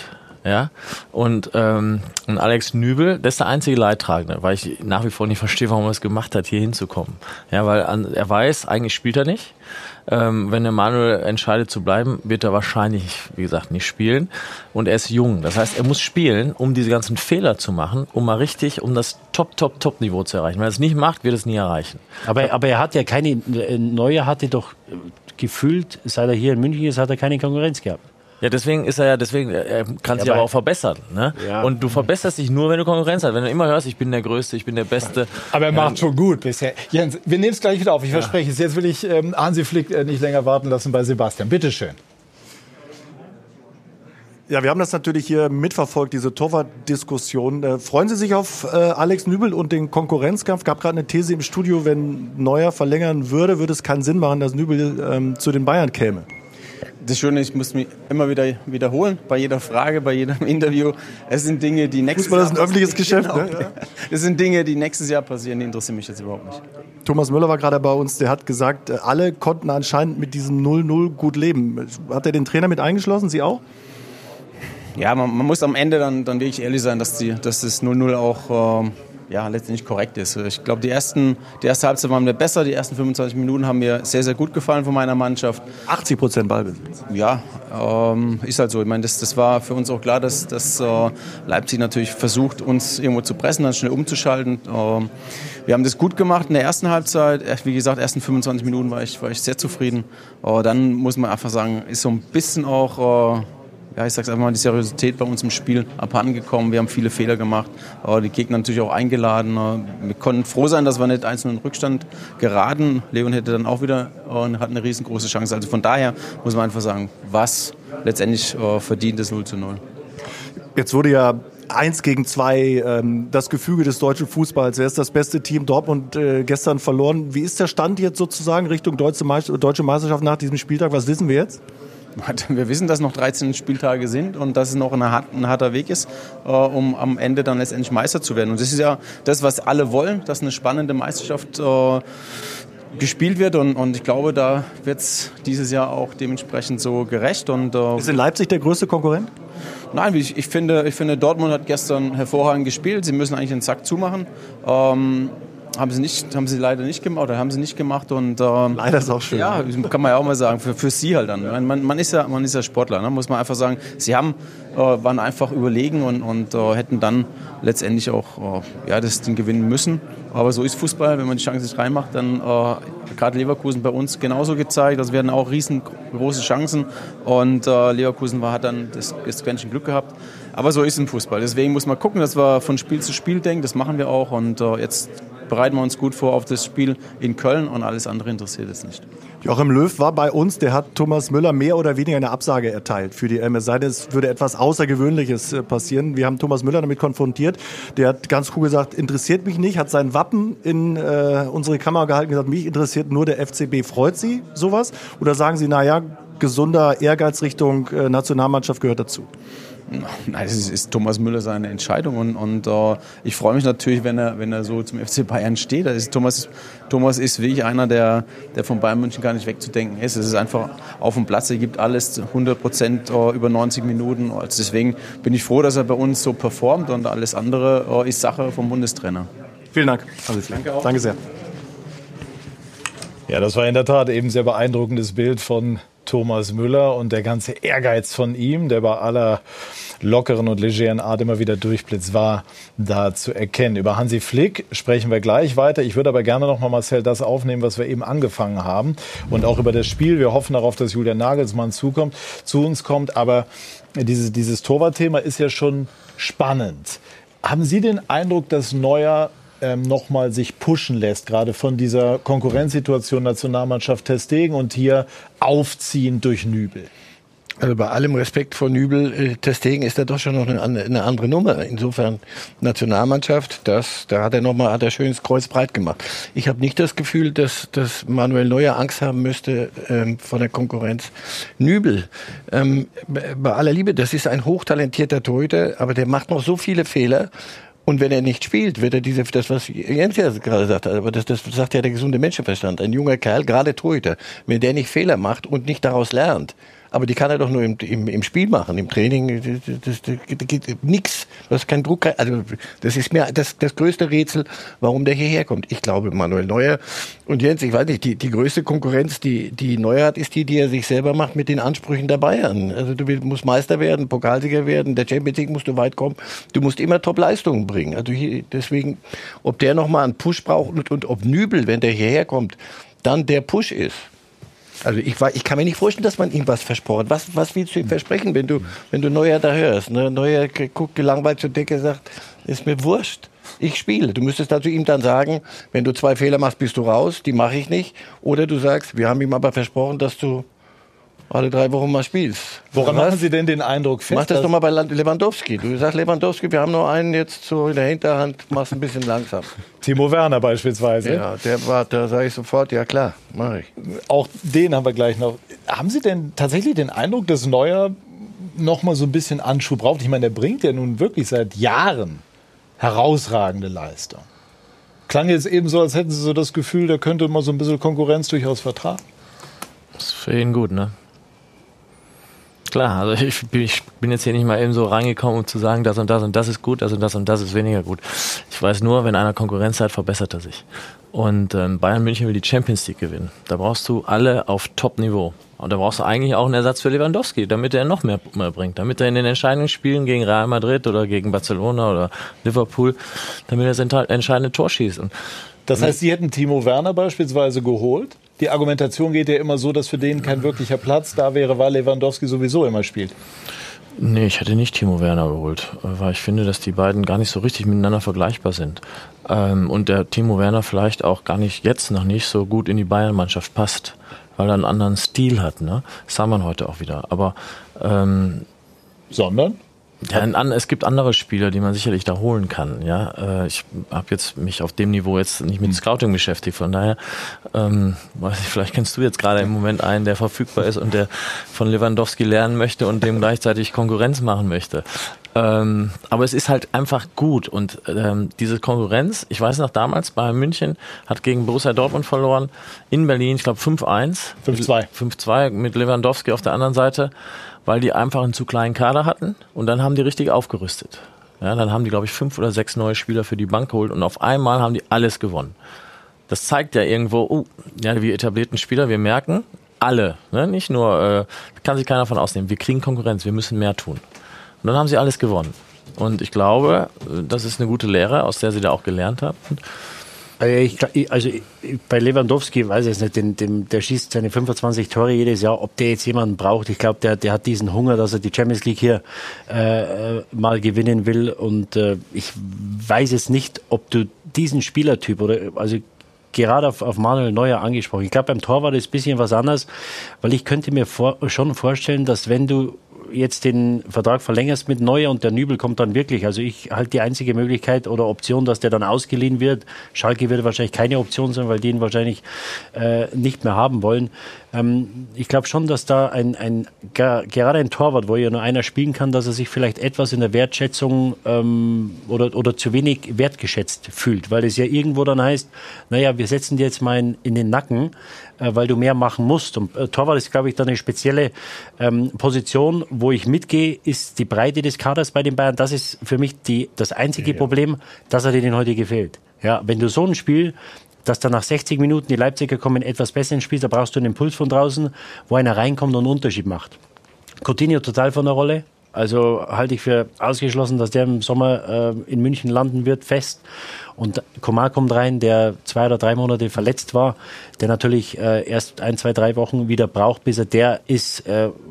Ja, und Alex Nübel, das ist der einzige Leidtragende, weil ich nach wie vor nicht verstehe, warum er es gemacht hat, hier hinzukommen. Ja, weil er weiß, eigentlich spielt er nicht. Wenn der Manuel entscheidet zu bleiben, wird er wahrscheinlich, wie gesagt, nicht spielen. Und er ist jung. Das heißt, er muss spielen, um diese ganzen Fehler zu machen, um das Top-Niveau zu erreichen. Wenn er es nicht macht, wird er es nie erreichen. Aber er hat ja keine, Neuer hatte doch gefühlt, seit er hier in München ist, hat er keine Konkurrenz gehabt. Ja, deswegen er kann sich aber auch verbessern. Ne? Ja. Und du verbesserst dich nur, wenn du Konkurrenz hast. Wenn du immer hörst, ich bin der Größte, ich bin der Beste. Aber er macht schon gut bisher. Jens, wir nehmen es gleich wieder auf, ich verspreche es. Jetzt will ich Hansi Flick nicht länger warten lassen bei Sebastian. Bitteschön. Ja, wir haben das natürlich hier mitverfolgt, diese Torwart-Diskussion. Freuen Sie sich auf Alex Nübel und den Konkurrenzkampf? Gab gerade eine These im Studio, wenn Neuer verlängern würde es keinen Sinn machen, dass Nübel zu den Bayern käme. Das Schöne, ich muss mich immer wieder wiederholen, bei jeder Frage, bei jedem Interview. Es sind Dinge, die nächstes Jahr passieren. Das ist ein öffentliches Geschäft, genau. Ne? Das sind Dinge, die nächstes Jahr passieren, die interessieren mich jetzt überhaupt nicht. Thomas Müller war gerade bei uns, der hat gesagt, alle konnten anscheinend mit diesem 0-0 gut leben. Hat er den Trainer mit eingeschlossen, Sie auch? Ja, man muss am Ende dann wirklich ehrlich sein, dass das 0-0 auch letztendlich korrekt ist. Ich glaube, die erste Halbzeit waren wir besser, die ersten 25 Minuten haben mir sehr, sehr gut gefallen von meiner Mannschaft. 80% Ballbesitz. Ja, ist halt so. Ich meine, das war für uns auch klar, dass Leipzig natürlich versucht, uns irgendwo zu pressen, dann schnell umzuschalten. Wir haben das gut gemacht in der ersten Halbzeit. Wie gesagt, ersten 25 Minuten war ich sehr zufrieden. Dann muss man einfach sagen, ist so ein bisschen auch... ich sag's einfach mal, die Seriosität bei uns im Spiel abhandengekommen. Wir haben viele Fehler gemacht, die Gegner natürlich auch eingeladen. Wir konnten froh sein, dass wir nicht 1-0 in Rückstand geraten. Leon hätte dann auch wieder hat eine riesengroße Chance. Also von daher muss man einfach sagen, was letztendlich verdient ist 0-0. Jetzt wurde ja 1 gegen 2 das Gefüge des deutschen Fußballs. Wer ist das beste Team? Dortmund gestern verloren. Wie ist der Stand jetzt sozusagen Richtung deutsche Meisterschaft nach diesem Spieltag? Was wissen wir jetzt? Wir wissen, dass noch 13 Spieltage sind und dass es noch ein harter Weg ist, um am Ende dann letztendlich Meister zu werden. Und das ist ja das, was alle wollen, dass eine spannende Meisterschaft gespielt wird. Und ich glaube, da wird es dieses Jahr auch dementsprechend so gerecht. Ist in Leipzig der größte Konkurrent? Nein, ich finde, Dortmund hat gestern hervorragend gespielt. Sie müssen eigentlich den Sack zumachen. Haben sie leider nicht gemacht oder haben sie nicht gemacht und leider ist auch schön. Ja, kann man ja auch mal sagen für sie halt dann. Man ist ja Sportler, ne? Muss man einfach sagen. Sie waren einfach überlegen und hätten dann letztendlich auch das Ding gewinnen müssen. Aber so ist Fußball, wenn man die Chance nicht reinmacht, dann gerade Leverkusen bei uns genauso gezeigt. Also wir hatten auch riesengroße Chancen und Leverkusen hat dann das Quäntchen Glück gehabt. Aber so ist es im Fußball. Deswegen muss man gucken, dass wir von Spiel zu Spiel denken. Das machen wir auch und jetzt bereiten wir uns gut vor auf das Spiel in Köln und alles andere interessiert es nicht. Joachim Löw war bei uns, der hat Thomas Müller mehr oder weniger eine Absage erteilt für die EM. Es sei denn, es würde etwas Außergewöhnliches passieren. Wir haben Thomas Müller damit konfrontiert. Der hat ganz cool gesagt, interessiert mich nicht, hat sein Wappen in unsere Kamera gehalten und gesagt, mich interessiert nur der FCB. Freut Sie sowas? Oder sagen Sie, gesunder Ehrgeiz Richtung Nationalmannschaft gehört dazu? Nein, das ist Thomas Müller seine Entscheidung und ich freue mich natürlich, wenn er so zum FC Bayern steht. Thomas ist wirklich einer, der von Bayern München gar nicht wegzudenken ist. Es ist einfach auf dem Platz, er gibt alles 100% über 90 Minuten. Also deswegen bin ich froh, dass er bei uns so performt und alles andere ist Sache vom Bundestrainer. Vielen Dank. Danke sehr. Ja, das war in der Tat eben ein sehr beeindruckendes Bild von Thomas Müller und der ganze Ehrgeiz von ihm, der bei aller lockeren und legeren Art immer wieder durchblitzt, war da zu erkennen. Über Hansi Flick sprechen wir gleich weiter. Ich würde aber gerne noch mal, Marcel, das aufnehmen, was wir eben angefangen haben und auch über das Spiel. Wir hoffen darauf, dass Julian Nagelsmann zu uns kommt, aber dieses Torwartthema ist ja schon spannend. Haben Sie den Eindruck, dass Neuer nochmal sich pushen lässt, gerade von dieser Konkurrenzsituation Nationalmannschaft Ter Stegen und hier aufziehen durch Nübel? Also bei allem Respekt vor Nübel, Ter Stegen ist da doch schon noch eine andere Nummer. Insofern Nationalmannschaft, da hat er schön das Kreuz breit gemacht. Ich habe nicht das Gefühl, dass Manuel Neuer Angst haben müsste vor der Konkurrenz. Nübel, bei aller Liebe, das ist ein hochtalentierter Torhüter, aber der macht noch so viele Fehler. Und wenn er nicht spielt, wird er das, was Jens ja gerade sagt, aber das sagt ja der gesunde Menschenverstand. Ein junger Kerl, gerade Torhüter, wenn der nicht Fehler macht und nicht daraus lernt, aber die kann er doch nur im Spiel machen, im Training. Das geht nichts. Du hast keinen Druck. Also das ist mir das größte Rätsel, warum der hierher kommt. Ich glaube, Manuel Neuer und Jens, ich weiß nicht, die größte Konkurrenz, die Neuer hat, ist die er sich selber macht mit den Ansprüchen der Bayern. Also du musst Meister werden, Pokalsieger werden, der Champions League musst du weit kommen. Du musst immer Top-Leistungen bringen. Also deswegen, ob der nochmal einen Push braucht und ob Nübel, wenn der hierher kommt, dann der Push ist. Also ich kann mir nicht vorstellen, dass man ihm was versprochen hat. Was willst du ihm versprechen, wenn du Neuer da hörst? Ne? Neuer guckt gelangweilt zur Decke und sagt, ist mir wurscht, ich spiele. Du müsstest dazu ihm dann sagen, wenn du 2 Fehler machst, bist du raus, die mache ich nicht. Oder du sagst, wir haben ihm aber versprochen, dass du alle 3 Wochen mal spielst. Woran machen Sie denn den Eindruck fest? Mach das doch mal bei Lewandowski. Du sagst Lewandowski, wir haben nur einen jetzt so in der Hinterhand, mach's ein bisschen langsam. Timo Werner beispielsweise. Ja, da sage ich sofort, ja klar, mache ich. Auch den haben wir gleich noch. Haben Sie denn tatsächlich den Eindruck, dass Neuer noch mal so ein bisschen Anschub braucht? Ich meine, der bringt ja nun wirklich seit Jahren herausragende Leistung. Klang jetzt eben so, als hätten Sie so das Gefühl, da könnte mal so ein bisschen Konkurrenz durchaus vertragen. Das ist für ihn gut, ne? Klar, also ich bin jetzt hier nicht mal eben so reingekommen, um zu sagen, das und das und das ist gut, das und das und das ist weniger gut. Ich weiß nur, wenn einer Konkurrenz hat, verbessert er sich. Und Bayern München will die Champions League gewinnen. Da brauchst du alle auf Top-Niveau. Und da brauchst du eigentlich auch einen Ersatz für Lewandowski, damit er noch mehr bringt. Damit er in den entscheidenden Spielen gegen Real Madrid oder gegen Barcelona oder Liverpool, damit er das entscheidende Tor schießt. Und das heißt, Sie hätten Timo Werner beispielsweise geholt? Die Argumentation geht ja immer so, dass für den kein wirklicher Platz da wäre, weil Lewandowski sowieso immer spielt. Nee, ich hätte nicht Timo Werner geholt, weil ich finde, dass die beiden gar nicht so richtig miteinander vergleichbar sind. Und der Timo Werner vielleicht auch gar nicht, jetzt noch nicht so gut in die Bayern-Mannschaft passt, weil er einen anderen Stil hat, ne? Das sah man heute auch wieder. Aber sondern? Ja, es gibt andere Spieler, die man sicherlich da holen kann. Ja, ich habe jetzt mich auf dem Niveau jetzt nicht mit Scouting beschäftigt. Von daher, weiß ich, vielleicht kennst du jetzt gerade im Moment einen, der verfügbar ist und der von Lewandowski lernen möchte und dem gleichzeitig Konkurrenz machen möchte. Aber es ist halt einfach gut und diese Konkurrenz, ich weiß noch damals, Bayern München hat gegen Borussia Dortmund verloren in Berlin, ich glaube 5-1. 5-2 mit Lewandowski auf der anderen Seite, weil die einfach einen zu kleinen Kader hatten und dann haben die richtig aufgerüstet. Ja, dann haben die, glaube ich, 5 oder 6 neue Spieler für die Bank geholt und auf einmal haben die alles gewonnen. Das zeigt ja irgendwo, ja, wir etablierten Spieler, wir merken, alle, ne? Nicht nur, kann sich keiner von ausnehmen, wir kriegen Konkurrenz, wir müssen mehr tun. Und dann haben sie alles gewonnen. Und ich glaube, das ist eine gute Lehre, aus der sie da auch gelernt haben. Also bei Lewandowski weiß ich es nicht, der schießt seine 25 Tore jedes Jahr, ob der jetzt jemanden braucht. Ich glaube, der hat diesen Hunger, dass er die Champions League hier mal gewinnen will. Und ich weiß es nicht, ob du diesen Spielertyp oder also gerade auf Manuel Neuer angesprochen. Ich glaube, beim Torwart ist ein bisschen was anderes, weil ich könnte mir schon vorstellen, dass wenn du jetzt den Vertrag verlängerst mit Neuer und der Nübel kommt dann wirklich, also ich halte die einzige Möglichkeit oder Option, dass der dann ausgeliehen wird. Schalke wird wahrscheinlich keine Option sein, weil die ihn wahrscheinlich nicht mehr haben wollen. Ich glaube schon, dass da gerade ein Torwart, wo ja nur einer spielen kann, dass er sich vielleicht etwas in der Wertschätzung oder zu wenig wertgeschätzt fühlt, weil es ja irgendwo dann heißt, naja, wir setzen dir jetzt mal in den Nacken, weil du mehr machen musst. Und Torwart ist, glaube ich, dann eine spezielle Position, wo ich mitgehe, ist die Breite des Kaders bei den Bayern. Das ist für mich das einzige Problem, dass er denen heute gefehlt. Ja, wenn du so ein Spiel, dass dann nach 60 Minuten die Leipziger kommen etwas besser ins Spiel, da brauchst du einen Impuls von draußen, wo einer reinkommt und einen Unterschied macht. Coutinho total von der Rolle. Also halte ich für ausgeschlossen, dass der im Sommer in München landen wird, fest. Und Coman kommt rein, der 2 oder 3 Monate verletzt war, der natürlich erst 1, 2, 3 Wochen wieder braucht, bis er der ist,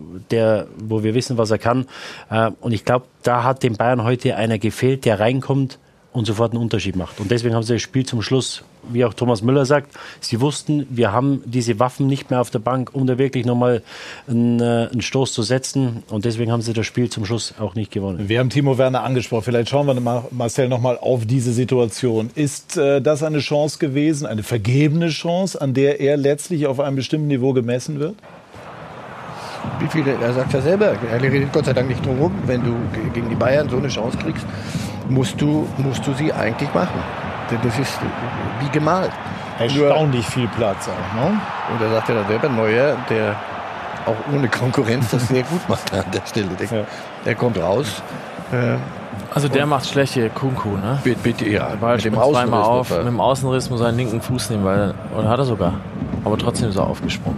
wo wir wissen, was er kann. Und ich glaube, da hat dem Bayern heute einer gefehlt, der reinkommt und sofort einen Unterschied macht. Und deswegen haben sie das Spiel zum Schluss, wie auch Thomas Müller sagt, sie wussten, wir haben diese Waffen nicht mehr auf der Bank, um da wirklich nochmal einen Stoß zu setzen. Und deswegen haben sie das Spiel zum Schluss auch nicht gewonnen. Wir haben Timo Werner angesprochen. Vielleicht schauen wir mal, Marcel, nochmal auf diese Situation. Ist das eine Chance gewesen, eine vergebene Chance, an der er letztlich auf einem bestimmten Niveau gemessen wird? Wie viele, er sagt ja selber, er redet Gott sei Dank nicht drum rum, wenn du gegen die Bayern so eine Chance kriegst, musst du sie eigentlich machen. Das ist wie gemalt. Erstaunlich viel Platz auch, ne? Und da sagt er dann selber, Neuer, auch ohne Konkurrenz das sehr gut macht an der Stelle. Der kommt raus. Also der macht schlecht hier, Kunku, ne? Bitte, ja. Der Ball springt zweimal auf, mit dem Außenriss muss er einen linken Fuß nehmen, oder hat er sogar. Aber trotzdem ist er aufgesprungen.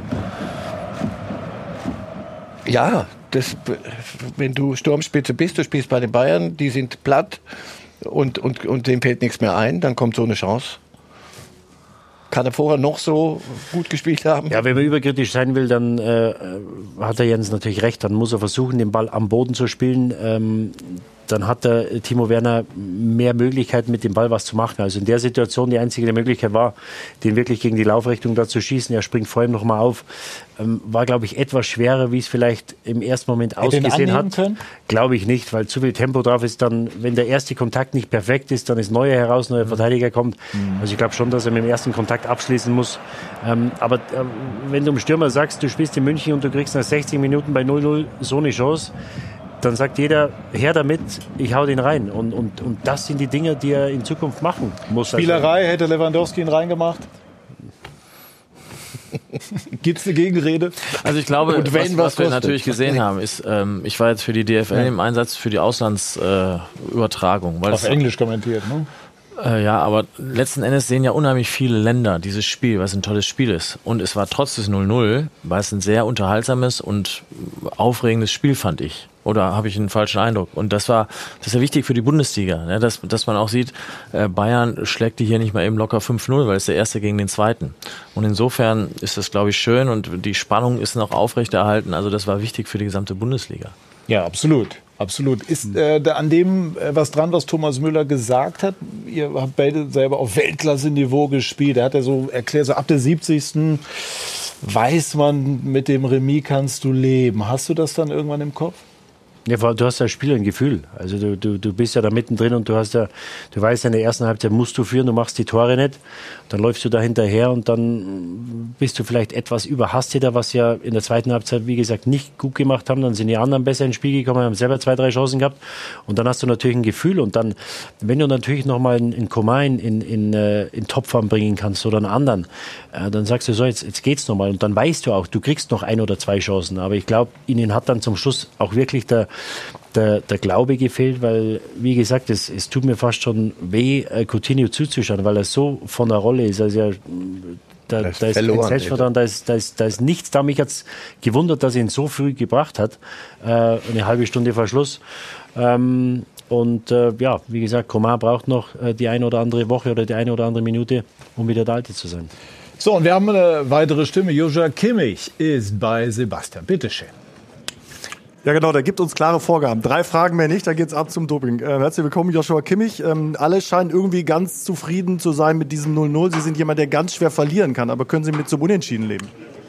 Ja, wenn du Sturmspitze bist, du spielst bei den Bayern, die sind platt und dem fällt nichts mehr ein, dann kommt so eine Chance. Kann er vorher noch so gut gespielt haben? Ja, wenn man überkritisch sein will, dann hat der Jens natürlich recht. Dann muss er versuchen, den Ball am Boden zu spielen. Dann hat der Timo Werner mehr Möglichkeiten, mit dem Ball was zu machen. Also in der Situation die einzige Möglichkeit war, den wirklich gegen die Laufrichtung da zu schießen. Er springt vor ihm noch mal auf. War, glaube ich, etwas schwerer, wie es vielleicht im ersten Moment ausgesehen hat. Glaube ich nicht, weil zu viel Tempo drauf ist. Dann, wenn der erste Kontakt nicht perfekt ist, dann ist neuer heraus, neuer Verteidiger kommt. Also ich glaube schon, dass er mit dem ersten Kontakt abschließen muss. Aber wenn du im Stürmer sagst, du spielst in München und du kriegst nach 60 Minuten bei 0-0 so eine Chance, dann sagt jeder, her damit, ich hau den rein. Und das sind die Dinge, die er in Zukunft machen muss. Spielerei, hätte Lewandowski ihn reingemacht? Gibt es eine Gegenrede? Also ich glaube, was wir natürlich gesehen haben, ist, ich war jetzt für die DFL im Einsatz für die Auslandsübertragung. Auf Englisch kommentiert, ne? Ja, aber letzten Endes sehen ja unheimlich viele Länder dieses Spiel, was ein tolles Spiel ist. Und es war trotz des 0-0, weil es ein sehr unterhaltsames und aufregendes Spiel, fand ich. Oder habe ich einen falschen Eindruck? Und das ist ja wichtig für die Bundesliga, ne? Dass man auch sieht, Bayern schlägt die hier nicht mal eben locker 5-0, weil es der Erste gegen den Zweiten. Und insofern ist das, glaube ich, schön und die Spannung ist noch aufrechterhalten. Also das war wichtig für die gesamte Bundesliga. Ja, absolut. Absolut. Ist an dem was dran, was Thomas Müller gesagt hat? Ihr habt beide selber auf Weltklasse-Niveau gespielt. Er hat ja so erklärt, so ab der 70. weiß man, mit dem Remis kannst du leben. Hast du das dann irgendwann im Kopf? Ja, du hast als Spieler ein Gefühl. Also du bist ja da mittendrin und du weißt ja, in der ersten Halbzeit musst du führen, du machst die Tore nicht. Dann läufst du da hinterher und dann bist du vielleicht etwas überhasteter, was ja in der zweiten Halbzeit, wie gesagt, nicht gut gemacht haben. Dann sind die anderen besser ins Spiel gekommen, haben selber 2-3 Chancen gehabt. Und dann hast du natürlich ein Gefühl. Und dann, wenn du natürlich nochmal einen Coman in Topform bringen kannst oder einen anderen, dann sagst du so, jetzt geht's nochmal. Und dann weißt du auch, du kriegst noch 1 oder 2 Chancen. Aber ich glaube, ihnen hat dann zum Schluss auch wirklich der Glaube gefehlt, weil, wie gesagt, es tut mir fast schon weh, Coutinho zuzuschauen, weil er so von der Rolle ist. Also da ist kein Selbstvertrauen, da ist nichts da. Mich hat es gewundert, dass er ihn so früh gebracht hat, eine halbe Stunde vor Schluss. Wie gesagt, Coman braucht noch die eine oder andere Woche oder die eine oder andere Minute, um wieder der Alte zu sein. So, und wir haben eine weitere Stimme. Joshua Kimmich ist bei Sebastian. Bitte schön. Ja genau, der gibt uns klare Vorgaben. 3 Fragen mehr nicht, dann geht's ab zum Doping. Herzlich willkommen, Joshua Kimmich. Alle scheinen irgendwie ganz zufrieden zu sein mit diesem 0-0. Sie sind jemand, der ganz schwer verlieren kann, aber können Sie mit zum Unentschieden leben?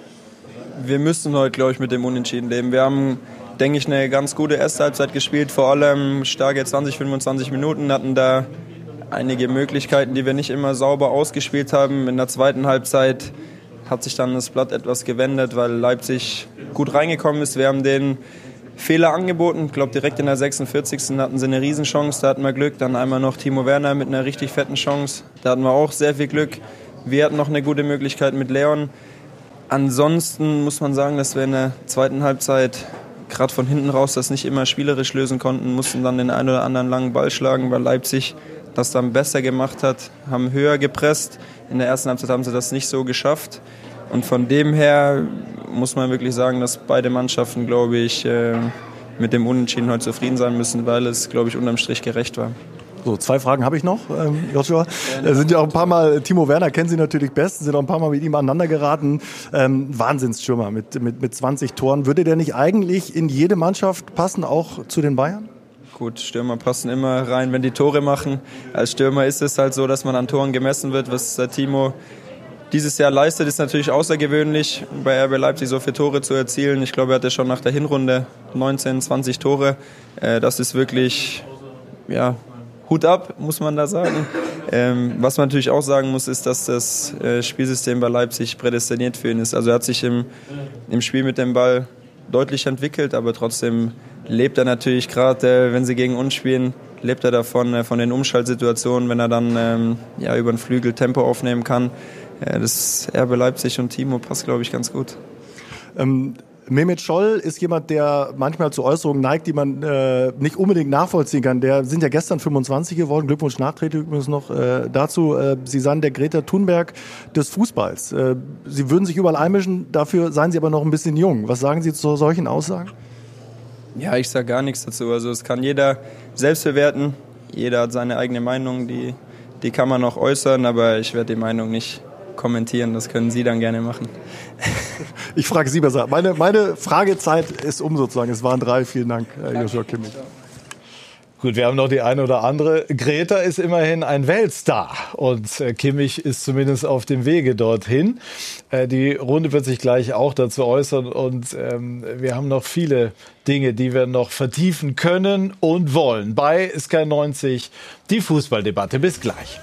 Wir müssen heute, glaube ich, mit dem Unentschieden leben. Wir haben, denke ich, eine ganz gute erste Halbzeit gespielt, vor allem starke 20, 25 Minuten, hatten da einige Möglichkeiten, die wir nicht immer sauber ausgespielt haben. In der zweiten Halbzeit hat sich dann das Blatt etwas gewendet, weil Leipzig gut reingekommen ist. Wir haben den Fehler angeboten. Ich glaube, direkt in der 46. hatten sie eine Riesenchance. Da hatten wir Glück. Dann einmal noch Timo Werner mit einer richtig fetten Chance. Da hatten wir auch sehr viel Glück. Wir hatten noch eine gute Möglichkeit mit Leon. Ansonsten muss man sagen, dass wir in der zweiten Halbzeit gerade von hinten raus das nicht immer spielerisch lösen konnten. Mussten dann den einen oder anderen langen Ball schlagen, weil Leipzig das dann besser gemacht hat. Haben höher gepresst. In der ersten Halbzeit haben sie das nicht so geschafft. Und von dem her muss man wirklich sagen, dass beide Mannschaften, glaube ich, mit dem Unentschieden heute zufrieden sein müssen, weil es, glaube ich, unterm Strich gerecht war. So, 2 Fragen habe ich noch, Joshua. Sind ja auch ein paar Mal, Timo Werner kennen Sie natürlich best, sind auch ein paar Mal mit ihm aneinander geraten. Wahnsinnsstürmer mit 20 Toren. Würde der nicht eigentlich in jede Mannschaft passen, auch zu den Bayern? Gut, Stürmer passen immer rein, wenn die Tore machen. Als Stürmer ist es halt so, dass man an Toren gemessen wird, was der Timo dieses Jahr leistet, ist natürlich außergewöhnlich, bei RB Leipzig so viele Tore zu erzielen. Ich glaube, er hatte schon nach der Hinrunde 19, 20 Tore. Das ist wirklich, ja, Hut ab, muss man da sagen. Was man natürlich auch sagen muss, ist, dass das Spielsystem bei Leipzig prädestiniert für ihn ist. Also er hat sich im Spiel mit dem Ball deutlich entwickelt, aber trotzdem lebt er natürlich gerade, wenn sie gegen uns spielen, lebt er davon, von den Umschaltsituationen, wenn er dann über den Flügel Tempo aufnehmen kann. Das RB Leipzig und Timo passt, glaube ich, ganz gut. Mehmet Scholl ist jemand, der manchmal zu Äußerungen neigt, die man nicht unbedingt nachvollziehen kann. Der sind ja gestern 25 geworden. Glückwunsch nachträglich übrigens noch dazu. Sie seien der Greta Thunberg des Fußballs. Sie würden sich überall einmischen, dafür seien Sie aber noch ein bisschen jung. Was sagen Sie zu solchen Aussagen? Ja, ich sage gar nichts dazu. Also es kann jeder selbst bewerten. Jeder hat seine eigene Meinung, die kann man auch äußern, aber ich werde die Meinung nicht kommentieren. Das können Sie dann gerne machen. Ich frage Sie besser. Meine Fragezeit ist sozusagen. Es waren 3. Vielen Dank, Joshua Kimmich. Gut, wir haben noch die eine oder andere. Greta ist immerhin ein Weltstar und Kimmich ist zumindest auf dem Wege dorthin. Die Runde wird sich gleich auch dazu äußern und wir haben noch viele Dinge, die wir noch vertiefen können und wollen. Bei SK90 die Fußballdebatte. Bis gleich.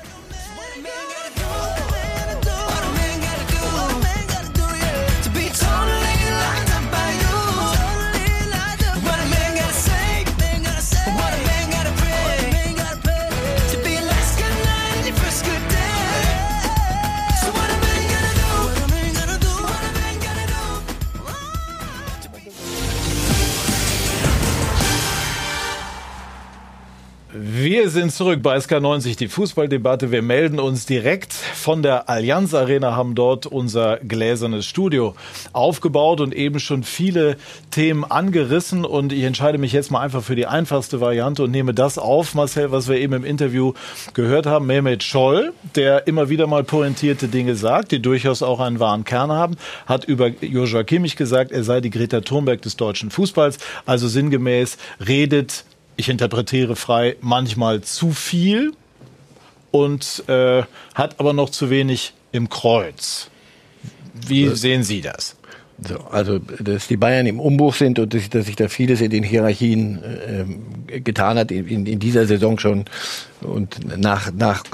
Wir sind zurück bei SK90, die Fußballdebatte. Wir melden uns direkt von der Allianz Arena, haben dort unser gläsernes Studio aufgebaut und eben schon viele Themen angerissen. Und ich entscheide mich jetzt mal einfach für die einfachste Variante und nehme das auf, Marcel, was wir eben im Interview gehört haben. Mehmet Scholl, der immer wieder mal pointierte Dinge sagt, die durchaus auch einen wahren Kern haben, hat über Joshua Kimmich gesagt, er sei die Greta Thunberg des deutschen Fußballs. Also sinngemäß redet, ich interpretiere frei, manchmal zu viel und hat aber noch zu wenig im Kreuz. Wie sehen Sie das? So, also, dass die Bayern im Umbruch sind und dass sich da vieles in den Hierarchien getan hat, in dieser Saison schon und nach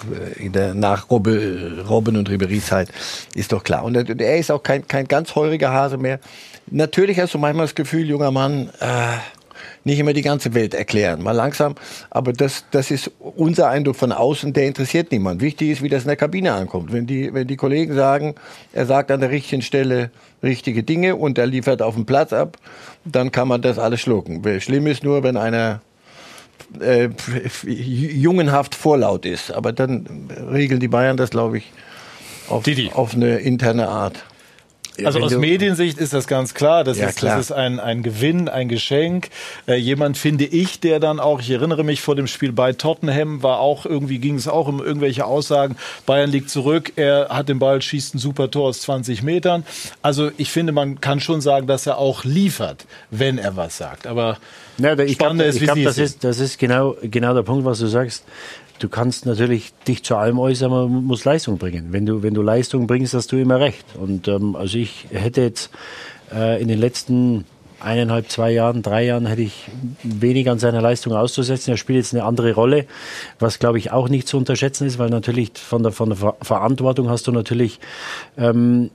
Robben und Ribéry-Zeit, ist doch klar. Und er ist auch kein ganz heuriger Hase mehr. Natürlich hast du manchmal das Gefühl, junger Mann, nicht immer die ganze Welt erklären, mal langsam. Aber das ist unser Eindruck von außen, der interessiert niemand. Wichtig ist, wie das in der Kabine ankommt. Wenn die Kollegen sagen, er sagt an der richtigen Stelle richtige Dinge und er liefert auf dem Platz ab, dann kann man das alles schlucken. Schlimm ist nur, wenn einer jungenhaft vorlaut ist. Aber dann regeln die Bayern das, glaube ich, auf eine interne Art. Also aus Mediensicht ist das ganz klar. Das ist ein Gewinn, ein Geschenk. Jemand, finde ich, der dann auch, ich erinnere mich vor dem Spiel bei Tottenham, ging es auch um irgendwelche Aussagen. Bayern liegt zurück, er hat den Ball, schießt ein super Tor aus 20 Metern. Also ich finde, man kann schon sagen, dass er auch liefert, wenn er was sagt. Aber spannend ist, wie Sie es. Das ist genau der Punkt, was du sagst. Du kannst natürlich dich zu allem äußern, man muss Leistung bringen. Wenn du Leistung bringst, hast du immer recht. Und also ich hätte jetzt in den letzten 1,5, 2 Jahren, 3 Jahren hätte ich wenig an seiner Leistung auszusetzen. Er spielt jetzt eine andere Rolle, was glaube ich auch nicht zu unterschätzen ist, weil natürlich von der Verantwortung hast du natürlich einen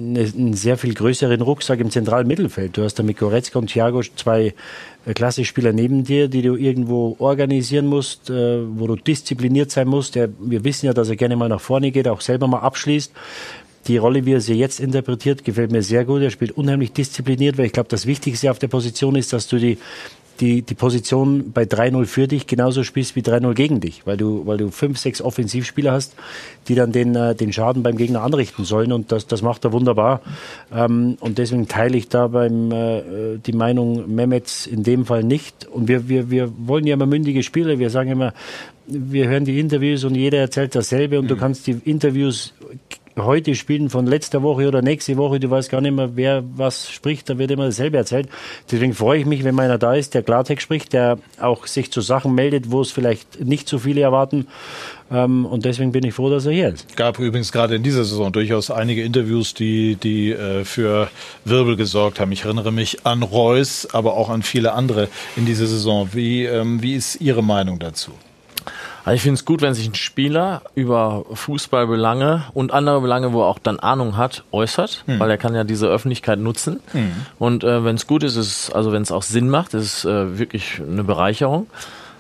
sehr viel größeren Rucksack im zentralen Mittelfeld. Du hast da mit Goretzka und Thiago 2 Klasse-Spieler neben dir, die du irgendwo organisieren musst, wo du diszipliniert sein musst. Wir wissen ja, dass er gerne mal nach vorne geht, auch selber mal abschließt. Die Rolle, wie er sie jetzt interpretiert, gefällt mir sehr gut. Er spielt unheimlich diszipliniert, weil ich glaube, das Wichtigste auf der Position ist, dass du die Position bei 3-0 für dich genauso spielst wie 3-0 gegen dich, weil du 5, 6 Offensivspieler hast, die dann den Schaden beim Gegner anrichten sollen, und das macht er wunderbar. Und deswegen teile ich da die Meinung Mehmets in dem Fall nicht. Und wir wollen ja immer mündige Spieler. Wir sagen immer, wir hören die Interviews und jeder erzählt dasselbe, und du kannst die Interviews heute spielen von letzter Woche oder nächste Woche, du weißt gar nicht mehr, wer was spricht, da wird immer dasselbe erzählt. Deswegen freue ich mich, wenn einer da ist, der Klartext spricht, der auch sich zu Sachen meldet, wo es vielleicht nicht so viele erwarten. Und deswegen bin ich froh, dass er hier ist. Gab übrigens gerade in dieser Saison durchaus einige Interviews, die für Wirbel gesorgt haben. Ich erinnere mich an Reus, aber auch an viele andere in dieser Saison. Wie ist Ihre Meinung dazu? Also ich finde es gut, wenn sich ein Spieler über Fußballbelange und andere Belange, wo er auch dann Ahnung hat, äußert, weil er kann ja diese Öffentlichkeit nutzen. Und wenn es gut ist, wenn es auch Sinn macht, ist es wirklich eine Bereicherung.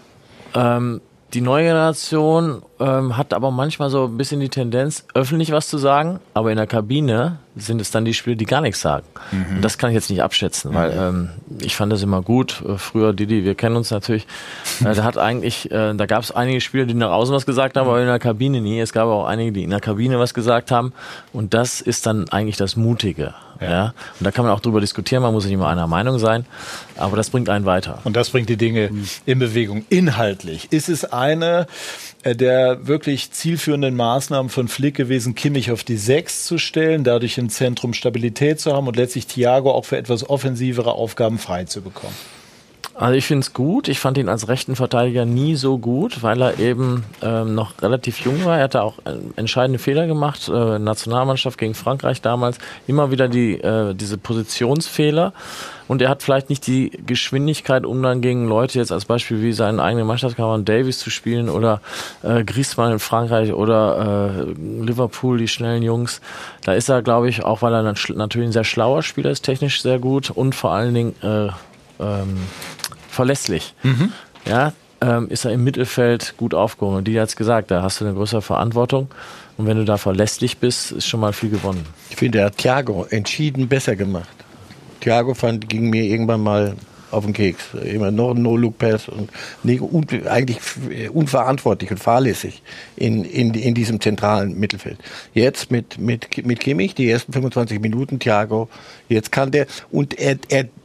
Die neue Generation hat aber manchmal so ein bisschen die Tendenz, öffentlich was zu sagen, aber in der Kabine sind es dann die Spieler, die gar nichts sagen. Und das kann ich jetzt nicht abschätzen, weil ich fand das immer gut. Früher Didi, wir kennen uns natürlich, da gab es einige Spieler, die nach außen was gesagt haben, aber in der Kabine nie. Es gab auch einige, die in der Kabine was gesagt haben und das ist dann eigentlich das Mutige. Ja. Und da kann man auch drüber diskutieren, man muss nicht immer einer Meinung sein, aber das bringt einen weiter. Und das bringt die Dinge in Bewegung. Inhaltlich ist es eine der wirklich zielführenden Maßnahmen von Flick gewesen, Kimmich auf die 6 zu stellen, dadurch im Zentrum Stabilität zu haben und letztlich Thiago auch für etwas offensivere Aufgaben frei zu bekommen. Also ich finde es gut. Ich fand ihn als rechten Verteidiger nie so gut, weil er eben noch relativ jung war. Er hatte auch entscheidende Fehler gemacht. Nationalmannschaft gegen Frankreich damals. Immer wieder diese Positionsfehler. Und er hat vielleicht nicht die Geschwindigkeit, um dann gegen Leute jetzt als Beispiel wie seinen eigenen Mannschaftskameraden Davies zu spielen oder Griezmann in Frankreich oder Liverpool, die schnellen Jungs. Da ist er, glaube ich, auch weil er natürlich ein sehr schlauer Spieler ist, technisch sehr gut und vor allen Dingen verlässlich. Ja, ist er im Mittelfeld gut aufgehoben. Und die hat es gesagt, da hast du eine größere Verantwortung. Und wenn du da verlässlich bist, ist schon mal viel gewonnen. Ich finde, er hat Thiago entschieden besser gemacht. Thiago ging mir irgendwann mal auf den Keks. Immer noch ein No-Look-Pass und eigentlich unverantwortlich und fahrlässig in diesem zentralen Mittelfeld. Jetzt mit Kimmich, die ersten 25 Minuten, Thiago, jetzt kann der, und er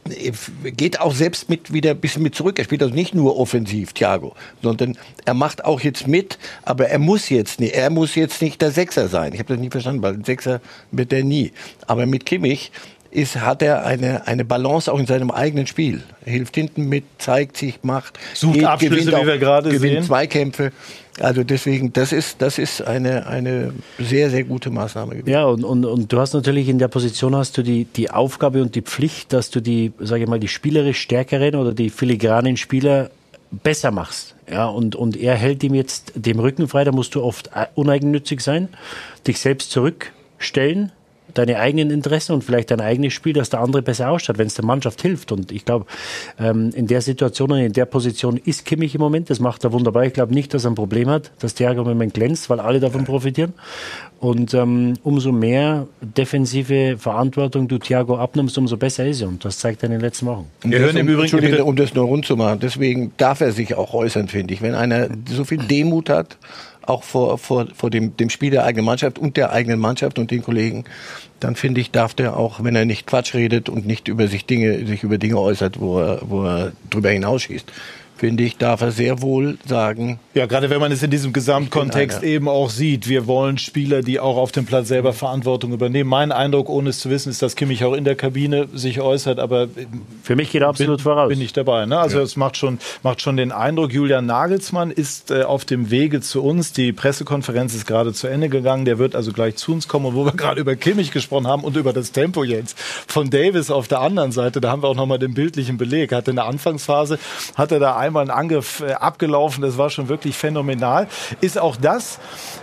geht auch selbst wieder ein bisschen mit zurück. Er spielt also nicht nur offensiv, Thiago, sondern er macht auch jetzt mit, aber er muss jetzt nicht der Sechser sein. Ich habe das nie verstanden, weil ein Sechser wird er nie. Aber mit Kimmich hat er eine Balance auch in seinem eigenen Spiel. Er hilft hinten mit, zeigt sich, macht, sucht Abschlüsse, wie wir gerade sehen. Gewinnt Zweikämpfe. Also deswegen, das ist eine sehr, sehr gute Maßnahme gewesen. Ja, und du hast natürlich in der Position hast du die Aufgabe und die Pflicht, dass du die spielerisch stärkeren oder die filigranen Spieler besser machst. Ja, und er hält ihm jetzt dem Rücken frei, da musst du oft uneigennützig sein, dich selbst zurückstellen, deine eigenen Interessen und vielleicht dein eigenes Spiel, dass der andere besser ausschaut, wenn es der Mannschaft hilft. Und ich glaube, in der Situation und in der Position ist Kimmich im Moment. Das macht er wunderbar. Ich glaube nicht, dass er ein Problem hat, dass Thiago im Moment glänzt, weil alle davon profitieren. Und umso mehr defensive Verantwortung du Thiago abnimmst, umso besser ist er. Und das zeigt er in den letzten Wochen. Wir hören im Übrigen, um das nur rund zu machen, deswegen darf er sich auch äußern, finde ich. Wenn einer so viel Demut hat, auch vor dem Spiel der eigenen Mannschaft und der eigenen Mannschaft und den Kollegen, dann finde ich, darf der auch, wenn er nicht Quatsch redet und nicht sich über Dinge äußert, wo er drüber hinausschießt, finde ich, darf er sehr wohl sagen. Ja, gerade wenn man es in diesem Gesamtkontext eben auch sieht. Wir wollen Spieler, die auch auf dem Platz selber Verantwortung übernehmen. Mein Eindruck, ohne es zu wissen, ist, dass Kimmich auch in der Kabine sich äußert, aber für mich geht er absolut voraus. Bin ich dabei. Ne? Also es macht schon den Eindruck, Julian Nagelsmann ist auf dem Wege zu uns. Die Pressekonferenz ist gerade zu Ende gegangen. Der wird also gleich zu uns kommen. Und wo wir gerade über Kimmich gesprochen haben und über das Tempo jetzt von Davies auf der anderen Seite, da haben wir auch nochmal den bildlichen Beleg. In der Anfangsphase hat er da einmal einen Angriff abgelaufen. Das war schon wirklich phänomenal. Ist auch das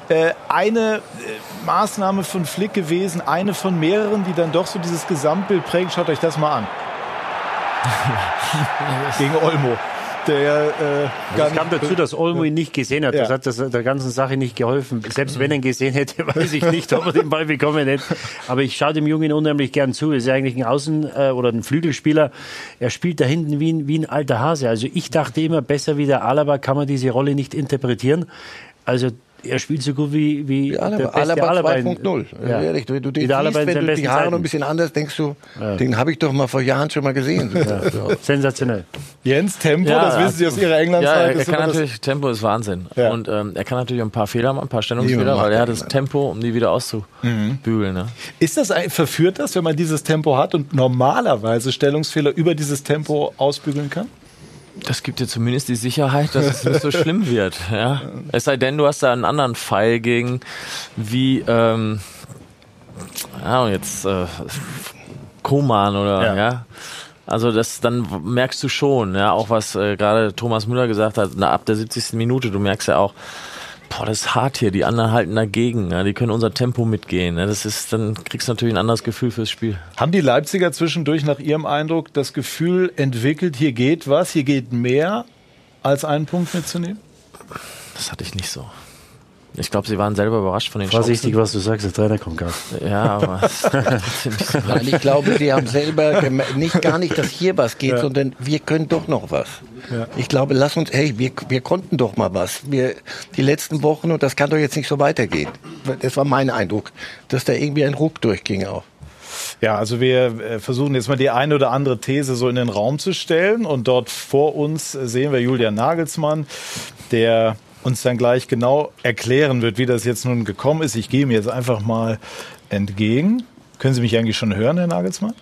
eine Maßnahme von Flick gewesen, eine von mehreren, die dann doch so dieses Gesamtbild prägen. Schaut euch das mal an. Gegen Olmo. Es kam dazu, dass Olmo ihn nicht gesehen hat. Das hat der ganzen Sache nicht geholfen. Selbst wenn er ihn gesehen hätte, weiß ich nicht, ob er den Ball bekommen hätte. Aber ich schaue dem Jungen unheimlich gern zu. Er ist ja eigentlich ein Außen- oder ein Flügelspieler. Er spielt da hinten wie ein alter Hase. Also ich dachte immer, besser wie der Alaba kann man diese Rolle nicht interpretieren. Also er spielt so gut wie Alaba 2.0. Ja. Ehrlich, wenn du den siehst, wenn du die Haare noch ein bisschen anders denkst, den habe ich doch mal vor Jahren schon mal gesehen. Ja. Sensationell. Jens, Tempo, das wissen Sie aus Ihrer England-Zeit. Ja, er kann natürlich, Tempo ist Wahnsinn. Ja. Und er kann natürlich ein paar Fehler machen, ein paar Stellungsfehler, weil er hat das Tempo, um die wieder auszubügeln. Ne? Verführt das, wenn man dieses Tempo hat und normalerweise Stellungsfehler über dieses Tempo ausbügeln kann? Das gibt dir zumindest die Sicherheit, dass es nicht so schlimm wird. Ja? Es sei denn, du hast da einen anderen Pfeil gegen, wie Koman oder ja. Also dann merkst du schon, ja, auch was gerade Thomas Müller gesagt hat, ab der 70. Minute, du merkst ja auch, das ist hart hier, die anderen halten dagegen, ja, die können unser Tempo mitgehen. Ja, dann kriegst du natürlich ein anderes Gefühl fürs Spiel. Haben die Leipziger zwischendurch nach Ihrem Eindruck das Gefühl entwickelt, hier geht mehr, als einen Punkt mitzunehmen? Das hatte ich nicht so. Ich glaube, sie waren selber überrascht von den Vorsichtig, Chancen. was du sagst, der Trainer kommt gar nicht. Ja, aber Weil ich glaube, sie haben selber gar nicht, dass hier was geht, sondern wir können doch noch was. Ja. Ich glaube, wir konnten doch mal was. Die letzten Wochen, und das kann doch jetzt nicht so weitergehen. Das war mein Eindruck, dass da irgendwie ein Ruck durchging auch. Ja, also wir versuchen jetzt mal die eine oder andere These so in den Raum zu stellen. Und dort vor uns sehen wir Julian Nagelsmann, der uns dann gleich genau erklären wird, wie das jetzt nun gekommen ist. Ich gehe mir jetzt einfach mal entgegen. Können Sie mich eigentlich schon hören, Herr Nagelsmann?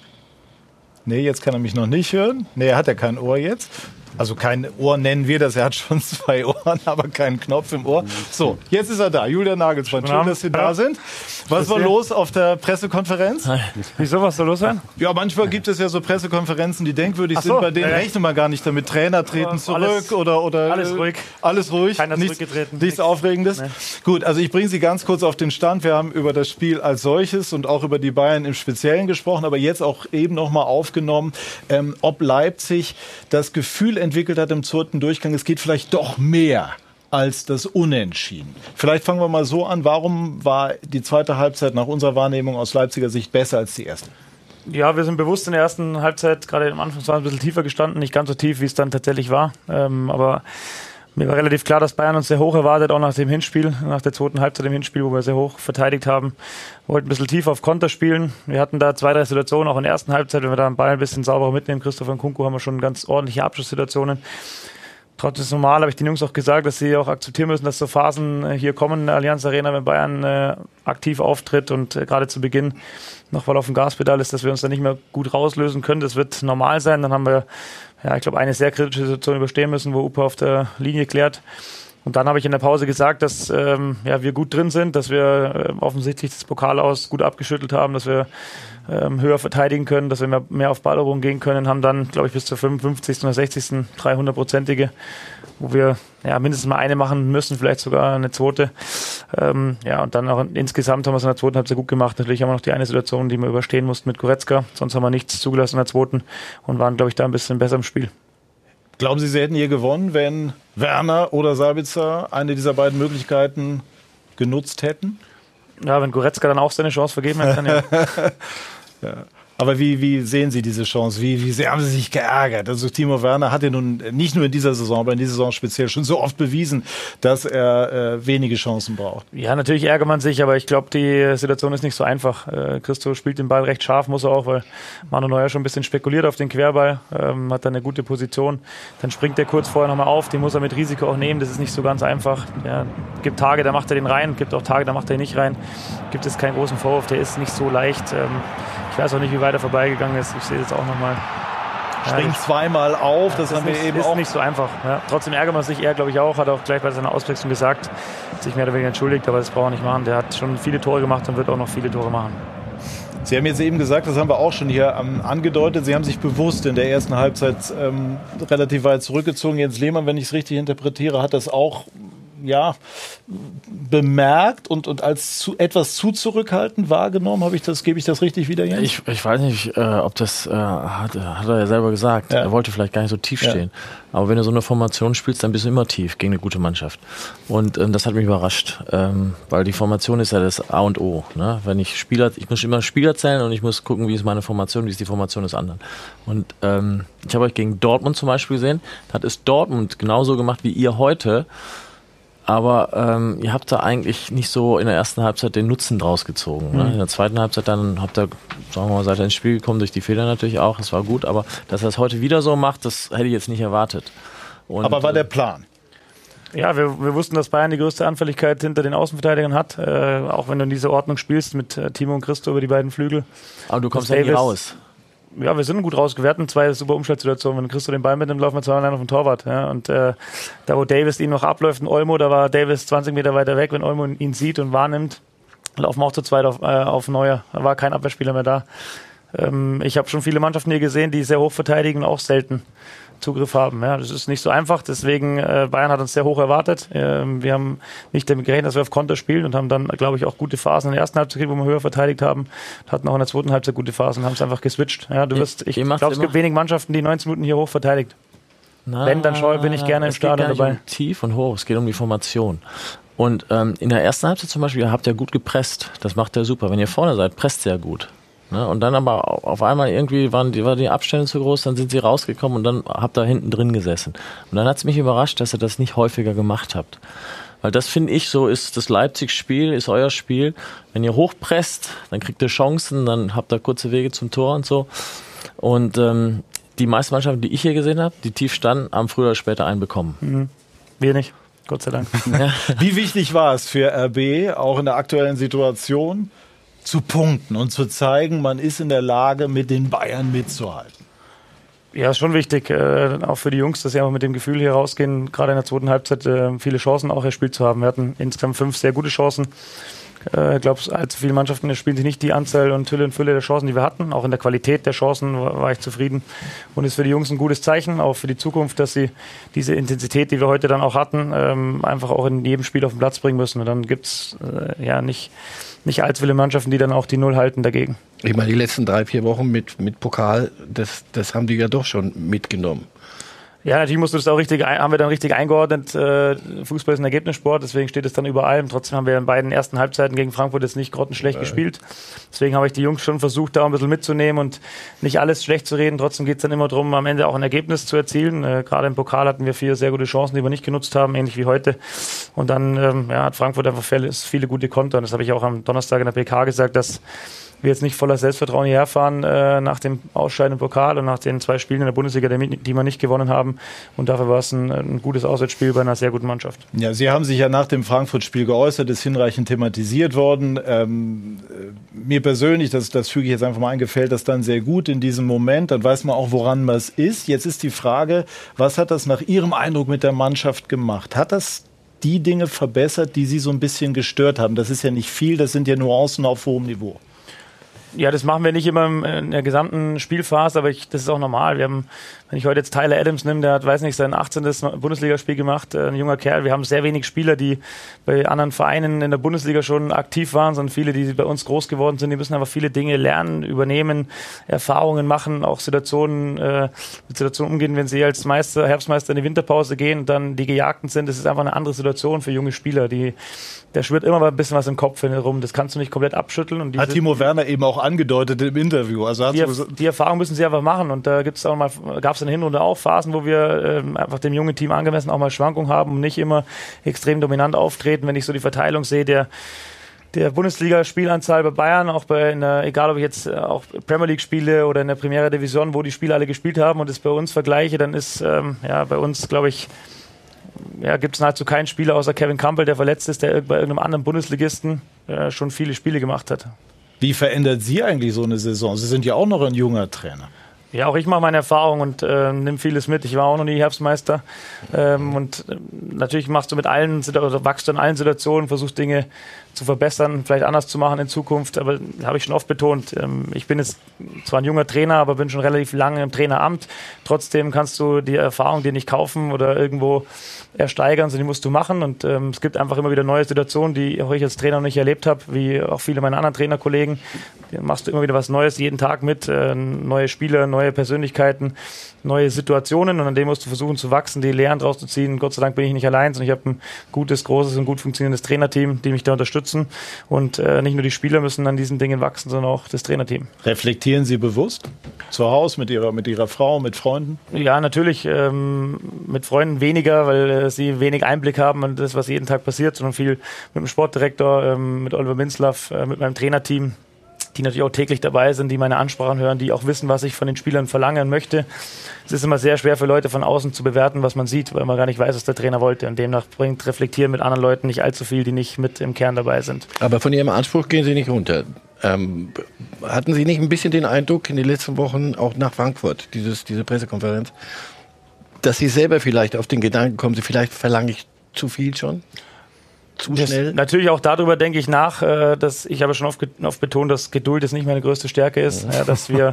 Nee, jetzt kann er mich noch nicht hören. Nee, er hat ja kein Ohr jetzt. Also kein Ohr nennen wir das, er hat schon 2 Ohren, aber keinen Knopf im Ohr. So, jetzt ist er da, Julian Nagelsmann. Schön, dass Sie da sind. Was war los auf der Pressekonferenz? Wieso, was soll los sein? Ja, manchmal gibt es ja so Pressekonferenzen, die denkwürdig sind, bei denen rechnet man gar nicht damit. Trainer treten zurück oder alles ruhig. Alles ruhig. Keiner zurückgetreten. Nichts Aufregendes. Nee. Gut, also ich bringe Sie ganz kurz auf den Stand. Wir haben über das Spiel als solches und auch über die Bayern im Speziellen gesprochen, aber jetzt auch eben noch mal aufgenommen, ob Leipzig das Gefühl entwickelt hat im zweiten Durchgang, es geht vielleicht doch mehr als das Unentschieden. Vielleicht fangen wir mal so an. Warum war die zweite Halbzeit nach unserer Wahrnehmung aus Leipziger Sicht besser als die erste? Ja, wir sind bewusst in der ersten Halbzeit, gerade am Anfang, ein bisschen tiefer gestanden. Nicht ganz so tief, wie es dann tatsächlich war. Aber mir war relativ klar, dass Bayern uns sehr hoch erwartet, auch nach dem Hinspiel, nach der zweiten Halbzeit im Hinspiel, wo wir sehr hoch verteidigt haben. Wir wollten ein bisschen tiefer auf Konter spielen. Wir hatten da 2, 3 Situationen, auch in der ersten Halbzeit, wenn wir da den Ball ein bisschen sauberer mitnehmen. Christoph Nkunku haben wir schon ganz ordentliche Abschlusssituationen. Trotzdem ist normal, habe ich den Jungs auch gesagt, dass sie auch akzeptieren müssen, dass so Phasen hier kommen in der Allianz Arena, wenn Bayern aktiv auftritt und gerade zu Beginn noch voll auf dem Gaspedal ist, dass wir uns da nicht mehr gut rauslösen können. Das wird normal sein. Dann haben wir, ich glaube, eine sehr kritische Situation überstehen müssen, wo Upa auf der Linie klärt. Und dann habe ich in der Pause gesagt, dass wir gut drin sind, dass wir offensichtlich das Pokal aus gut abgeschüttelt haben, dass wir höher verteidigen können, dass wir mehr auf Balleroberung gehen können, haben dann, glaube ich, bis zur 55. oder 60. 300-prozentige, wo wir mindestens mal eine machen müssen, vielleicht sogar eine zweite. Und dann auch insgesamt haben wir es in der zweiten Halbzeit gut gemacht. Natürlich haben wir noch die eine Situation, die wir überstehen mussten mit Goretzka, sonst haben wir nichts zugelassen in der zweiten und waren, glaube ich, da ein bisschen besser im Spiel. Glauben Sie, Sie hätten hier gewonnen, wenn Werner oder Sabitzer eine dieser beiden Möglichkeiten genutzt hätten? Ja, wenn Goretzka dann auch seine Chance vergeben hätte, dann ja. Ja. Aber wie sehen Sie diese Chance? Wie sehr haben Sie sich geärgert? Also Timo Werner hat ja nun nicht nur in dieser Saison, aber in dieser Saison speziell schon so oft bewiesen, dass er wenige Chancen braucht. Ja, natürlich ärgert man sich, aber ich glaube, die Situation ist nicht so einfach. Christo spielt den Ball recht scharf, muss er auch, weil Manu Neuer schon ein bisschen spekuliert auf den Querball, hat dann eine gute Position. Dann springt er kurz vorher nochmal auf, den muss er mit Risiko auch nehmen, das ist nicht so ganz einfach. Ja, gibt Tage, da macht er den rein, gibt auch Tage, da macht er ihn nicht rein. Gibt es keinen großen Vorwurf, der ist nicht so leicht. Ich weiß auch nicht, wie weit er vorbeigegangen ist. Ich sehe jetzt auch nochmal. Springt zweimal auf, das haben wir eben auch. Ist nicht so einfach. Ja. Trotzdem ärgert man sich, er glaube ich auch, hat auch gleich bei seiner Auswechslung gesagt, hat sich mehr oder weniger entschuldigt, aber das braucht er nicht machen. Der hat schon viele Tore gemacht und wird auch noch viele Tore machen. Sie haben jetzt eben gesagt, das haben wir auch schon hier angedeutet, Sie haben sich bewusst in der ersten Halbzeit relativ weit zurückgezogen. Jens Lehmann, wenn ich es richtig interpretiere, hat das auch bemerkt und als etwas zu zurückhaltend wahrgenommen. Gebe ich das richtig wieder, Jens? Ich weiß nicht, ob das hat er ja selber gesagt. Ja. Er wollte vielleicht gar nicht so tief stehen. Aber wenn du so eine Formation spielst, dann bist du immer tief gegen eine gute Mannschaft. Und das hat mich überrascht, weil die Formation ist ja das A und O. Ne? Ich muss immer Spieler zählen und ich muss gucken, wie ist meine Formation, wie ist die Formation des anderen. Und ich habe euch gegen Dortmund zum Beispiel gesehen, da hat es Dortmund genauso gemacht wie ihr heute. Aber ihr habt da eigentlich nicht so in der ersten Halbzeit den Nutzen draus gezogen. Ne? In der zweiten Halbzeit dann habt ihr, sagen wir mal, seid ihr ins Spiel gekommen, durch die Fehler natürlich auch, das war gut. Aber dass er es heute wieder so macht, das hätte ich jetzt nicht erwartet. Und, aber war der Plan? Ja, wir wussten, dass Bayern die größte Anfälligkeit hinter den Außenverteidigern hat. Auch wenn du in dieser Ordnung spielst mit Timo und Christo über die beiden Flügel. Aber du kommst ja nie raus. Ja, wir sind gut rausgewertet. 2 super Umschaltsituationen. Wenn Christo den Ball mitnimmt, laufen wir 2 allein auf den Torwart. Ja. Und da, wo Davis ihn noch abläuft, in Olmo, da war Davis 20 Meter weiter weg. Wenn Olmo ihn sieht und wahrnimmt, laufen wir auch zu zweit auf Neuer. Da war kein Abwehrspieler mehr da. Ich habe schon viele Mannschaften hier gesehen, die sehr hoch verteidigen und auch selten Zugriff haben. Ja, das ist nicht so einfach, deswegen Bayern hat uns sehr hoch erwartet. Wir haben nicht damit gerechnet, dass wir auf Konter spielen und haben dann, glaube ich, auch gute Phasen in der ersten Halbzeit, wo wir höher verteidigt haben, hatten auch in der zweiten Halbzeit gute Phasen und haben es einfach geswitcht. Ja, ich glaube, es gibt wenig Mannschaften, die 90 Minuten hier hoch verteidigt. Wenn, dann bin ich gerne im Stadion dabei. Um tief und hoch, es geht um die Formation. Und in der ersten Halbzeit zum Beispiel, ihr habt ja gut gepresst. Das macht ihr super. Wenn ihr vorne seid, presst ihr ja gut. Ne? Und dann aber auf einmal irgendwie waren die Abstände zu groß, dann sind sie rausgekommen und dann habt ihr hinten drin gesessen. Und dann hat es mich überrascht, dass ihr das nicht häufiger gemacht habt. Weil das, finde ich, so ist das Leipzig-Spiel, ist euer Spiel. Wenn ihr hochpresst, dann kriegt ihr Chancen, dann habt ihr kurze Wege zum Tor und so. Und die meisten Mannschaften, die ich hier gesehen habe, die tief standen, haben früher oder später einen bekommen. Mhm. Wir nicht, Gott sei Dank. Ja. Wie wichtig war es für RB, auch in der aktuellen Situation, zu punkten und zu zeigen, man ist in der Lage, mit den Bayern mitzuhalten? Ja, ist schon wichtig, auch für die Jungs, dass sie einfach mit dem Gefühl hier rausgehen, gerade in der zweiten Halbzeit viele Chancen auch erspielt zu haben. Wir hatten insgesamt 5 sehr gute Chancen. Ich glaube, allzu viele Mannschaften spielen sich nicht die Anzahl und Hülle und Fülle der Chancen, die wir hatten. Auch in der Qualität der Chancen war ich zufrieden. Und ist für die Jungs ein gutes Zeichen, auch für die Zukunft, dass sie diese Intensität, die wir heute dann auch hatten, einfach auch in jedem Spiel auf den Platz bringen müssen. Und dann gibt's nicht allzu viele Mannschaften, die dann auch die Null halten dagegen. Ich meine, die letzten 3-4 Wochen mit Pokal, das haben die ja doch schon mitgenommen. Ja, natürlich musst du das auch haben wir dann richtig eingeordnet. Fußball ist ein Ergebnissport, deswegen steht es dann über allem. Trotzdem haben wir in beiden ersten Halbzeiten gegen Frankfurt jetzt nicht grottenschlecht gespielt. Deswegen habe ich die Jungs schon versucht, da ein bisschen mitzunehmen und nicht alles schlecht zu reden. Trotzdem geht es dann immer darum, am Ende auch ein Ergebnis zu erzielen. Gerade im Pokal hatten wir 4 sehr gute Chancen, die wir nicht genutzt haben, ähnlich wie heute. Und dann hat Frankfurt einfach viele gute Konter. Und das habe ich auch am Donnerstag in der PK gesagt, dass wir jetzt nicht voller Selbstvertrauen hierher fahren nach dem Ausscheiden im Pokal und nach den 2 Spielen in der Bundesliga, die wir nicht gewonnen haben. Und dafür war es ein gutes Auswärtsspiel bei einer sehr guten Mannschaft. Ja, Sie haben sich ja nach dem Frankfurt-Spiel geäußert, ist hinreichend thematisiert worden. Mir persönlich, das füge ich jetzt einfach mal ein, gefällt das dann sehr gut in diesem Moment. Dann weiß man auch, woran man es ist. Jetzt ist die Frage, was hat das nach Ihrem Eindruck mit der Mannschaft gemacht? Hat das die Dinge verbessert, die Sie so ein bisschen gestört haben? Das ist ja nicht viel, das sind ja Nuancen auf hohem Niveau. Ja, das machen wir nicht immer in der gesamten Spielphase, aber das ist auch normal. Wenn ich heute jetzt Tyler Adams nehme, der hat, weiß nicht, sein 18. Bundesligaspiel gemacht, ein junger Kerl. Wir haben sehr wenig Spieler, die bei anderen Vereinen in der Bundesliga schon aktiv waren, sondern viele, die bei uns groß geworden sind. Die müssen einfach viele Dinge lernen, übernehmen, Erfahrungen machen, auch mit Situationen umgehen, wenn sie als Herbstmeister in die Winterpause gehen und dann die Gejagten sind. Das ist einfach eine andere Situation für junge Spieler, da schwirrt immer mal ein bisschen was im Kopf herum. Das kannst du nicht komplett abschütteln. Und hat Timo Werner eben auch angedeutet im Interview. Also die Erfahrung müssen sie einfach machen. Und da gab es in der Hinrunde auch Phasen, wo wir einfach dem jungen Team angemessen auch mal Schwankungen haben und nicht immer extrem dominant auftreten. Wenn ich so die Verteilung sehe, der Bundesliga-Spielanzahl bei Bayern, auch egal ob ich jetzt auch Premier League spiele oder in der Primera Division, wo die Spieler alle gespielt haben und es bei uns vergleiche, dann ist bei uns, glaube ich, gibt es nahezu keinen Spieler außer Kevin Campbell, der verletzt ist, der bei irgendeinem anderen Bundesligisten schon viele Spiele gemacht hat. Wie verändert Sie eigentlich so eine Saison? Sie sind ja auch noch ein junger Trainer. Ja, auch ich mache meine Erfahrung und nehme vieles mit. Ich war auch noch nie Herbstmeister. Und natürlich wachst du in allen Situationen, versuchst Dinge zu verbessern, vielleicht anders zu machen in Zukunft. Aber habe ich schon oft betont, ich bin jetzt zwar ein junger Trainer, aber bin schon relativ lange im Traineramt. Trotzdem kannst du die Erfahrung dir nicht kaufen oder irgendwo ersteigern, sondern die musst du machen. Und es gibt einfach immer wieder neue Situationen, die auch ich als Trainer noch nicht erlebt habe, wie auch viele meiner anderen Trainerkollegen. Da machst du immer wieder was Neues jeden Tag mit, neue Spieler, neue Persönlichkeiten, neue Situationen, und an dem musst du versuchen zu wachsen, die Lehren draus zu ziehen. Gott sei Dank bin ich nicht allein, sondern ich habe ein gutes, großes und gut funktionierendes Trainerteam, die mich da unterstützen, und nicht nur die Spieler müssen an diesen Dingen wachsen, sondern auch das Trainerteam. Reflektieren Sie bewusst zu Hause mit Ihrer Frau, mit Freunden? Ja, natürlich, mit Freunden weniger, weil sie wenig Einblick haben in das, was jeden Tag passiert, sondern viel mit dem Sportdirektor, mit Oliver Minzlaff, mit meinem Trainerteam, die natürlich auch täglich dabei sind, die meine Ansprachen hören, die auch wissen, was ich von den Spielern verlange und möchte. Es ist immer sehr schwer für Leute von außen zu bewerten, was man sieht, weil man gar nicht weiß, was der Trainer wollte. Und demnach bringt Reflektieren mit anderen Leuten nicht allzu viel, die nicht mit im Kern dabei sind. Aber von Ihrem Anspruch gehen Sie nicht runter. Hatten Sie nicht ein bisschen den Eindruck in den letzten Wochen, auch nach Frankfurt, diese Pressekonferenz, dass Sie selber vielleicht auf den Gedanken kommen, vielleicht verlange ich zu viel schon? Zu schnell? Natürlich auch darüber denke ich nach, dass ich habe schon oft betont, dass Geduld jetzt nicht meine größte Stärke ist, dass wir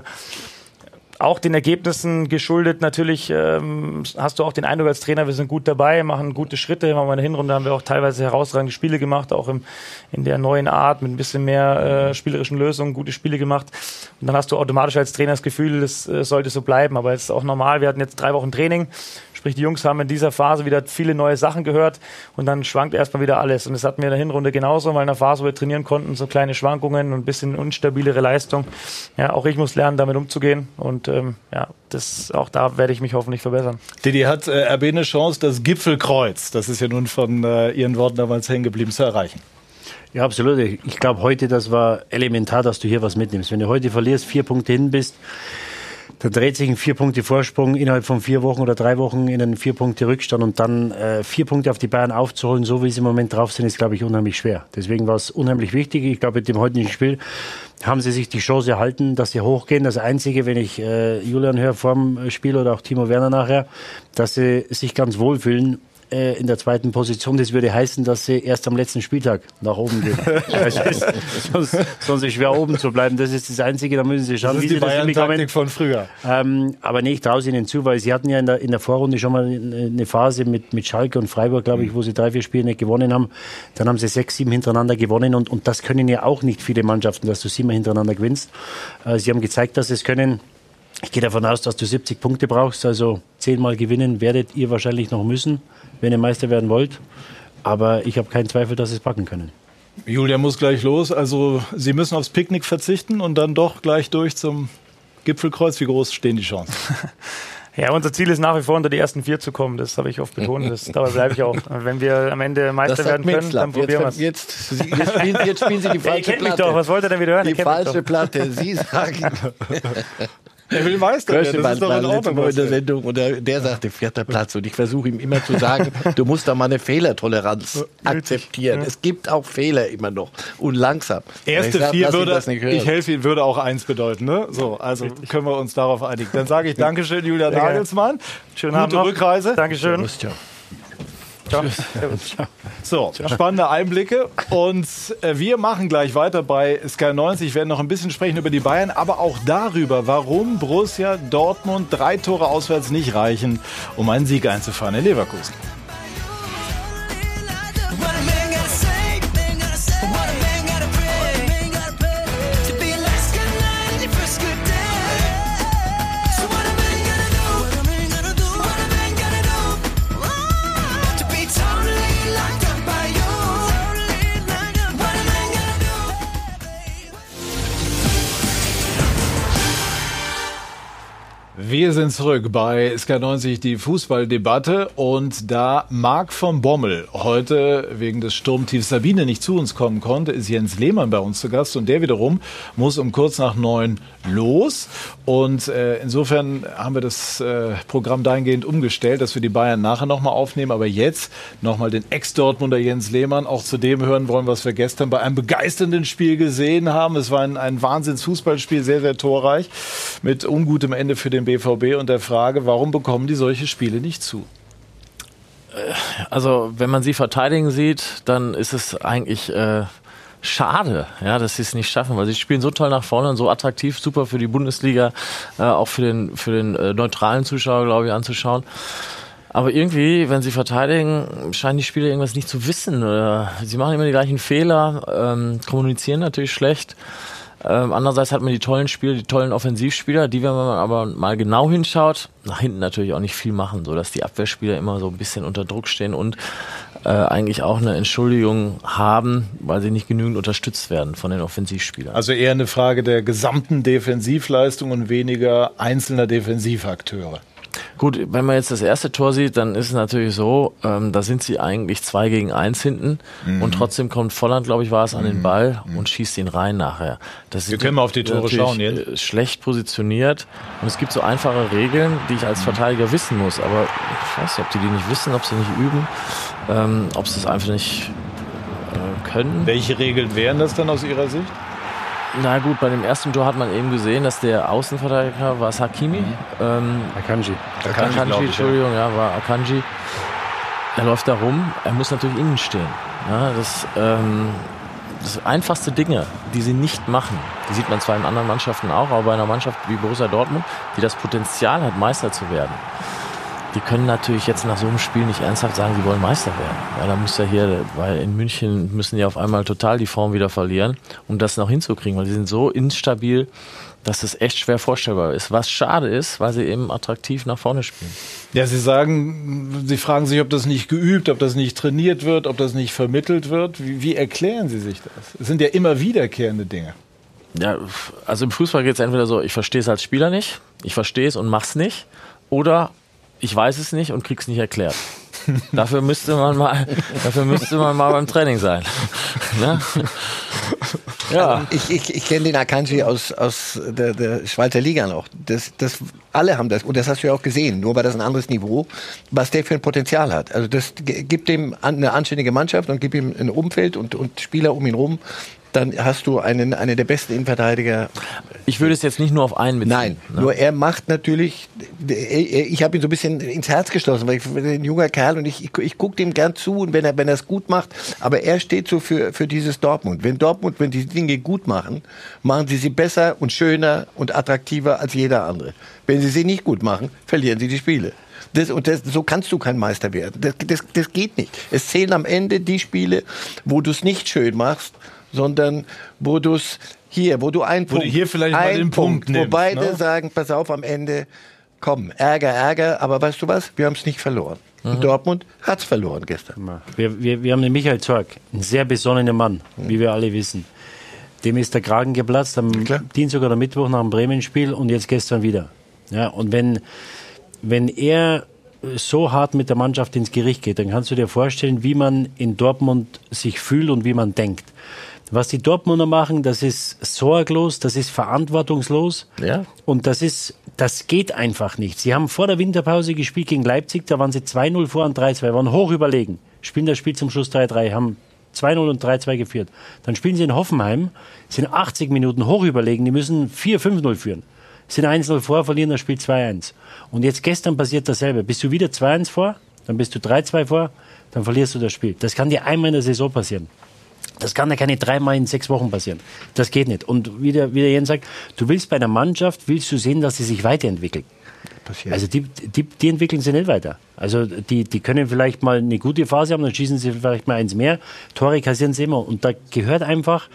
auch den Ergebnissen geschuldet, natürlich hast du auch den Eindruck als Trainer, wir sind gut dabei, machen gute Schritte. In der Hinrunde haben wir auch teilweise herausragende Spiele gemacht, auch in der neuen Art, mit ein bisschen mehr spielerischen Lösungen, gute Spiele gemacht. Und dann hast du automatisch als Trainer das Gefühl, das sollte so bleiben. Aber es ist auch normal, wir hatten jetzt 3 Wochen Training, Sprich, die Jungs haben in dieser Phase wieder viele neue Sachen gehört und dann schwankt erstmal wieder alles. Und das hatten wir in der Hinrunde genauso, weil in der Phase, wo wir trainieren konnten, so kleine Schwankungen und ein bisschen unstabilere Leistung. Ja, auch ich muss lernen, damit umzugehen und auch da werde ich mich hoffentlich verbessern. Didi, hat RB eine Chance, das Gipfelkreuz, das ist ja nun von Ihren Worten damals hängen geblieben, zu erreichen? Ja, absolut. Ich glaube heute, das war elementar, dass du hier was mitnimmst. Wenn du heute verlierst, 4 Punkte hin bist, dann dreht sich ein 4 Punkte Vorsprung innerhalb von 4 Wochen oder 3 Wochen in einen 4 Punkte Rückstand und dann 4 Punkte auf die Bayern aufzuholen, so wie sie im Moment drauf sind, ist, glaube ich, unheimlich schwer. Deswegen war es unheimlich wichtig. Ich glaube, mit dem heutigen Spiel haben sie sich die Chance erhalten, dass sie hochgehen. Das Einzige, wenn ich Julian höre vorm Spiel oder auch Timo Werner nachher, dass sie sich ganz wohlfühlen in der zweiten Position. Das würde heißen, dass sie erst am letzten Spieltag nach oben gehen. sonst ist es schwer oben zu bleiben. Das ist das Einzige, da müssen sie schauen, wie sie das hinbekommen. Von früher. Aber nee, ich traue es ihnen zu, weil sie hatten ja in der Vorrunde schon mal eine Phase mit Schalke und Freiburg, glaube ich, wo sie 3-4 Spiele nicht gewonnen haben. Dann haben sie 6-7 hintereinander gewonnen und das können ja auch nicht viele Mannschaften, dass du 7 hintereinander gewinnst. Sie haben gezeigt, dass sie es können. Ich gehe davon aus, dass du 70 Punkte brauchst, also 10-mal gewinnen werdet ihr wahrscheinlich noch müssen, wenn ihr Meister werden wollt. Aber ich habe keinen Zweifel, dass sie es packen können. Julia muss gleich los, also Sie müssen aufs Picknick verzichten und dann doch gleich durch zum Gipfelkreuz. Wie groß stehen die Chancen? Ja, unser Ziel ist nach wie vor unter die ersten 4 zu kommen. Das habe ich oft betont. Dabei bleibe ich auch. Wenn wir am Ende Meister werden können, dann probieren wir es. Jetzt spielen Sie die falsche Platte. Ihr kennt mich doch. Was wollt ihr denn wieder hören? Die falsche Platte. Sie sagen... Er will Meister werden, das ist doch in Ordnung. In der Sendung und der sagte 4. Platz und ich versuche ihm immer zu sagen, du musst da mal eine Fehlertoleranz akzeptieren. Es gibt auch Fehler immer noch und langsam. Erste 4 würde, ich helfe Ihnen, würde auch 1 bedeuten. Ne? So, also können wir uns darauf einigen. Dann sage ich Dankeschön, Julia Nagelsmann. Schönen Abend noch. Rückreise. Dankeschön. Ciao. So, spannende Einblicke und wir machen gleich weiter bei Sky 90. Wir werden noch ein bisschen sprechen über die Bayern, aber auch darüber, warum Borussia Dortmund 3 Tore auswärts nicht reichen, um einen Sieg einzufahren in Leverkusen. Wir sind zurück bei Sky 90, die Fußballdebatte, und da Marc von Bommel heute wegen des Sturmtiefs Sabine nicht zu uns kommen konnte, ist Jens Lehmann bei uns zu Gast und der wiederum muss um kurz nach 9 los und insofern haben wir das Programm dahingehend umgestellt, dass wir die Bayern nachher nochmal aufnehmen, aber jetzt nochmal den Ex-Dortmunder Jens Lehmann auch zu dem hören wollen, was wir gestern bei einem begeisternden Spiel gesehen haben. Es war ein Wahnsinns-Fußballspiel, sehr, sehr torreich, mit ungutem Ende für den BVB und der Frage, warum bekommen die solche Spiele nicht zu? Also, wenn man sie verteidigen sieht, dann ist es eigentlich schade, ja, dass sie es nicht schaffen, weil sie spielen so toll nach vorne und so attraktiv, super für die Bundesliga, auch für den neutralen Zuschauer, glaube ich, anzuschauen. Aber irgendwie, wenn sie verteidigen, scheinen die Spieler irgendwas nicht zu wissen. Oder sie machen immer die gleichen Fehler, kommunizieren natürlich schlecht. Andererseits hat man die tollen Spieler, die tollen Offensivspieler, die, wenn man aber mal genau hinschaut, nach hinten natürlich auch nicht viel machen, sodass die Abwehrspieler immer so ein bisschen unter Druck stehen und eigentlich auch eine Entschuldigung haben, weil sie nicht genügend unterstützt werden von den Offensivspielern. Also eher eine Frage der gesamten Defensivleistung und weniger einzelner Defensivakteure. Gut, wenn man jetzt das erste Tor sieht, dann ist es natürlich so, da sind sie eigentlich 2 gegen 1 hinten und trotzdem kommt Volland, glaube ich, war es, an den Ball und schießt ihn rein nachher. Wir können mal auf die Tore schauen jetzt. Schlecht positioniert und es gibt so einfache Regeln, die ich als Verteidiger wissen muss, aber ich weiß nicht, ob die nicht wissen, ob sie nicht üben, ob sie es einfach nicht können. Welche Regeln wären das dann aus Ihrer Sicht? Na gut, bei dem ersten Tor hat man eben gesehen, dass der Außenverteidiger war es Hakimi. Akanji, Entschuldigung, ja, war Akanji. Er läuft da rum, er muss natürlich innen stehen. Ja, das einfachste Dinge, die sie nicht machen. Die sieht man zwar in anderen Mannschaften auch, aber bei einer Mannschaft wie Borussia Dortmund, die das Potenzial hat, Meister zu werden. Die können natürlich jetzt nach so einem Spiel nicht ernsthaft sagen, sie wollen Meister werden. Ja, da muss ja hier, weil in München müssen die auf einmal total die Form wieder verlieren, um das noch hinzukriegen, weil die sind so instabil, dass es echt schwer vorstellbar ist. Was schade ist, weil sie eben attraktiv nach vorne spielen. Ja, Sie fragen sich, ob das nicht geübt, ob das nicht trainiert wird, ob das nicht vermittelt wird. Wie erklären Sie sich das? Es sind ja immer wiederkehrende Dinge. Ja, also im Fußball geht es entweder so, ich verstehe es als Spieler nicht, ich verstehe es und mach's nicht, oder ich weiß es nicht und krieg's nicht erklärt. Dafür müsste man mal beim Training sein. Ne? Ja. Ich kenne den Akanji aus der Schweizer Liga noch. Alle haben das, und das hast du ja auch gesehen, nur weil das ein anderes Niveau, was der für ein Potenzial hat. Also das gibt ihm eine anständige Mannschaft und gibt ihm ein Umfeld und Spieler um ihn rum. Dann hast du einen der besten Innenverteidiger. Ich würde es jetzt nicht nur auf einen beziehen. Nein, nur er macht natürlich, ich habe ihn so ein bisschen ins Herz geschlossen, weil ich bin ein junger Kerl und ich gucke dem gern zu, und wenn er es gut macht, aber er steht so für dieses Dortmund. Wenn die Dinge gut machen, machen sie besser und schöner und attraktiver als jeder andere. Wenn sie nicht gut machen, verlieren sie die Spiele. So kannst du kein Meister werden. Das geht nicht. Es zählen am Ende die Spiele, wo du es nicht schön machst, sondern wo du einen Punkt, hier vielleicht mal den Punkt nimmst, wo beide sagen, pass auf, am Ende, komm, Ärger, aber weißt du was, wir haben es nicht verloren. Und Dortmund hat es verloren gestern. Wir haben den Michael Zorc, ein sehr besonnener Mann, wie wir alle wissen. Dem ist der Kragen geplatzt am Dienstag oder Mittwoch nach dem Bremen-Spiel und jetzt gestern wieder. Ja, und wenn er so hart mit der Mannschaft ins Gericht geht, dann kannst du dir vorstellen, wie man in Dortmund sich fühlt und wie man denkt. Was die Dortmunder machen, das ist sorglos, das ist verantwortungslos. Ja. Und das geht einfach nicht. Sie haben vor der Winterpause gespielt gegen Leipzig, da waren sie 2-0 vor und 3-2, waren hoch überlegen. Spielen das Spiel zum Schluss 3-3, haben 2-0 und 3-2 geführt. Dann spielen sie in Hoffenheim, sind 80 Minuten hoch überlegen, die müssen 4-5-0 führen. Sind 1-0 vor, verlieren das Spiel 2-1. Und jetzt gestern passiert dasselbe. Bist du wieder 2-1 vor, dann bist du 3-2 vor, dann verlierst du das Spiel. Das kann dir einmal in der Saison passieren. Das kann ja keine 3 Mal in 6 Wochen passieren. Das geht nicht. Und wie der Jens sagt, du willst bei einer Mannschaft, willst du sehen, dass sie sich weiterentwickelt. Passiert. Also die entwickeln sie nicht weiter. Also die können vielleicht mal eine gute Phase haben, dann schießen sie vielleicht mal eins mehr. Tore kassieren sie immer. Und da gehört einfach,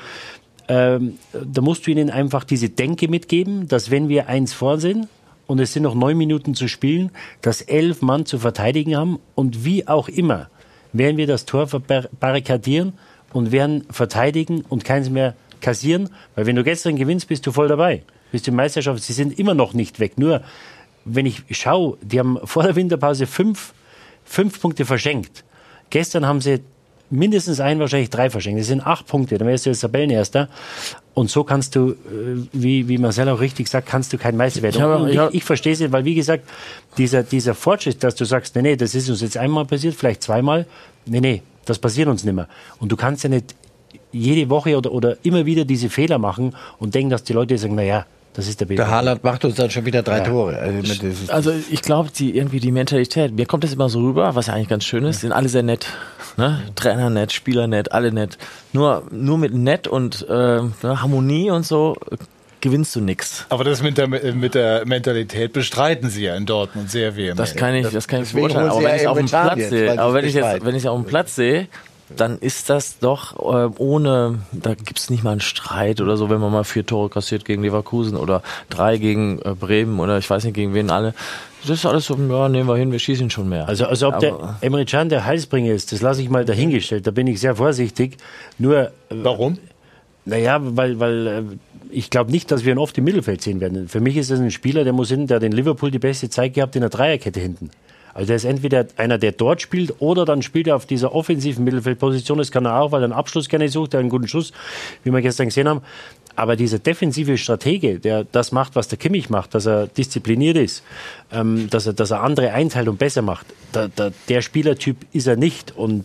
da musst du ihnen einfach diese Denke mitgeben, dass wenn wir 1 vor sind und es sind noch 9 Minuten zu spielen, dass 11 Mann zu verteidigen haben und wie auch immer werden wir das Tor barrikadieren und werden verteidigen und keins mehr kassieren, weil wenn du gestern gewinnst, bist du voll dabei. Bist du in Meisterschaft, sie sind immer noch nicht weg. Nur, wenn ich schaue, die haben vor der Winterpause 5 Punkte verschenkt. Gestern haben sie mindestens wahrscheinlich 3 verschenkt. Das sind 8 Punkte, dann wärst du jetzt Tabellenerster. Und so kannst du, wie Marcel auch richtig sagt, kannst du kein Meister werden. Ich verstehe es nicht, weil wie gesagt, dieser Fortschritt, dass du sagst, nee, das ist uns jetzt einmal passiert, vielleicht 2-mal, nee, das passiert uns nicht mehr. Und du kannst ja nicht jede Woche oder immer wieder diese Fehler machen und denken, dass die Leute sagen, naja, das ist der BVB. Der Haaland macht uns dann schon wieder 3 Tore. Also ich glaube, die Mentalität, mir kommt das immer so rüber, was ja eigentlich ganz schön ist, sind alle sehr nett. Ne? Trainer nett, Spieler nett, alle nett. Nur mit nett und Harmonie und so gewinnst du nichts. Aber das mit der Mentalität bestreiten sie ja in Dortmund sehr vehement. Das kann ich beurteilen. Aber wenn ich es auf dem Platz sehe, dann ist das doch da gibt es nicht mal einen Streit oder so, wenn man mal 4 Tore kassiert gegen Leverkusen oder 3 gegen Bremen oder ich weiß nicht gegen wen alle. Das ist alles so, ja, nehmen wir hin, wir schießen schon mehr. Also ob der Emre Can der Heilsbringer ist, das lasse ich mal dahingestellt, da bin ich sehr vorsichtig. Nur warum? Naja, weil ich glaube nicht, dass wir ihn oft im Mittelfeld sehen werden. Für mich ist es ein Spieler, der hat in Liverpool die beste Zeit gehabt in der Dreierkette hinten. Also der ist entweder einer, der dort spielt, oder dann spielt er auf dieser offensiven Mittelfeldposition. Das kann er auch, weil er einen Abschluss gerne sucht, der einen guten Schuss, wie wir gestern gesehen haben. Aber dieser defensive Stratege, der das macht, was der Kimmich macht, dass er diszipliniert ist, dass er andere einteilt und besser macht, der Spielertyp ist er nicht. Und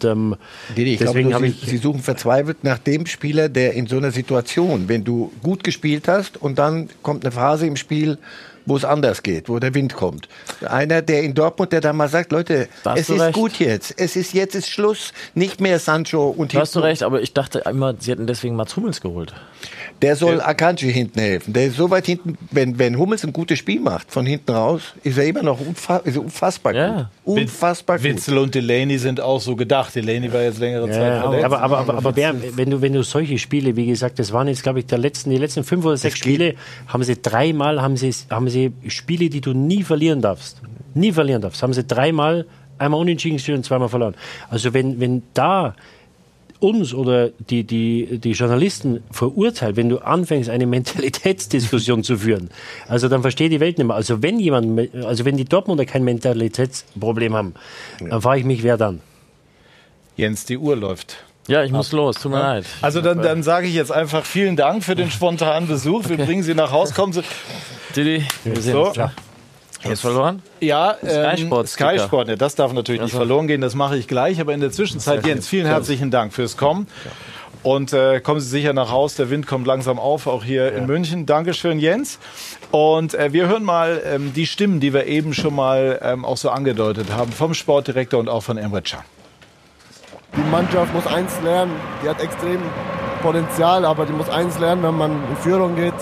Sie suchen verzweifelt nach dem Spieler, der in so einer Situation, wenn du gut gespielt hast und dann kommt eine Phase im Spiel, wo es anders geht, wo der Wind kommt. Einer, der in Dortmund, der da mal sagt, Leute, es ist gut jetzt. Jetzt ist Schluss. Nicht mehr Sancho und Da hast du recht, aber ich dachte immer, sie hätten deswegen Mats Hummels geholt. Der soll Akanji hinten helfen. Der ist so weit hinten, wenn Hummels ein gutes Spiel macht, von hinten raus, ist er immer noch unfassbar gut. Unfassbar gut. Witzel und Delaney sind auch so gedacht. Delaney war jetzt längere Zeit verletzt. Aber wenn du solche Spiele, wie gesagt, das waren jetzt, glaube ich, die letzten 5 oder 6 Spiele, haben sie dreimal, haben sie Spiele, die du nie verlieren darfst. Nie verlieren darfst. Haben sie dreimal, einmal unentschieden gespielt und zweimal verloren. Also wenn da uns oder die Journalisten verurteilt, wenn du anfängst, eine Mentalitätsdiskussion zu führen. Also dann versteht die Welt nicht mehr. Also wenn die Dortmunder kein Mentalitätsproblem haben, dann frage ich mich, wer dann? Jens, die Uhr läuft. Ja, ich muss los, tut mir leid. Also dann sage ich jetzt einfach vielen Dank für den spontanen Besuch. Wir bringen Sie nach Hause. Kommen Sie. Didi, wir sehen uns. Jetzt verloren? Ja, Sky Sport, ja, das darf natürlich nicht verloren gehen, das mache ich gleich. Aber in der Zwischenzeit, Jens, vielen herzlichen Dank fürs Kommen. Und kommen Sie sicher nach Hause, der Wind kommt langsam auf, auch hier in München. Dankeschön, Jens. Und wir hören mal die Stimmen, die wir eben schon mal auch so angedeutet haben, vom Sportdirektor und auch von Emre Can. Die Mannschaft muss eins lernen, die hat extrem Potenzial, aber die muss eins lernen, wenn man in Führung geht,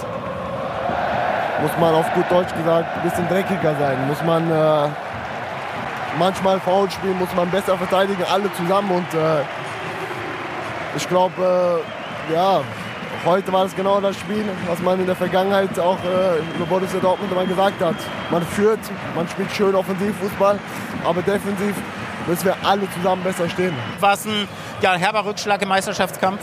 muss man auf gut Deutsch gesagt ein bisschen dreckiger sein. Muss man manchmal faul spielen, muss man besser verteidigen, alle zusammen. Und ich glaube, heute war es genau das Spiel, was man in der Vergangenheit auch über Borussia Dortmund immer gesagt hat. Man führt, man spielt schön Offensivfußball, aber defensiv müssen wir alle zusammen besser stehen. War es ein herber Rückschlag im Meisterschaftskampf?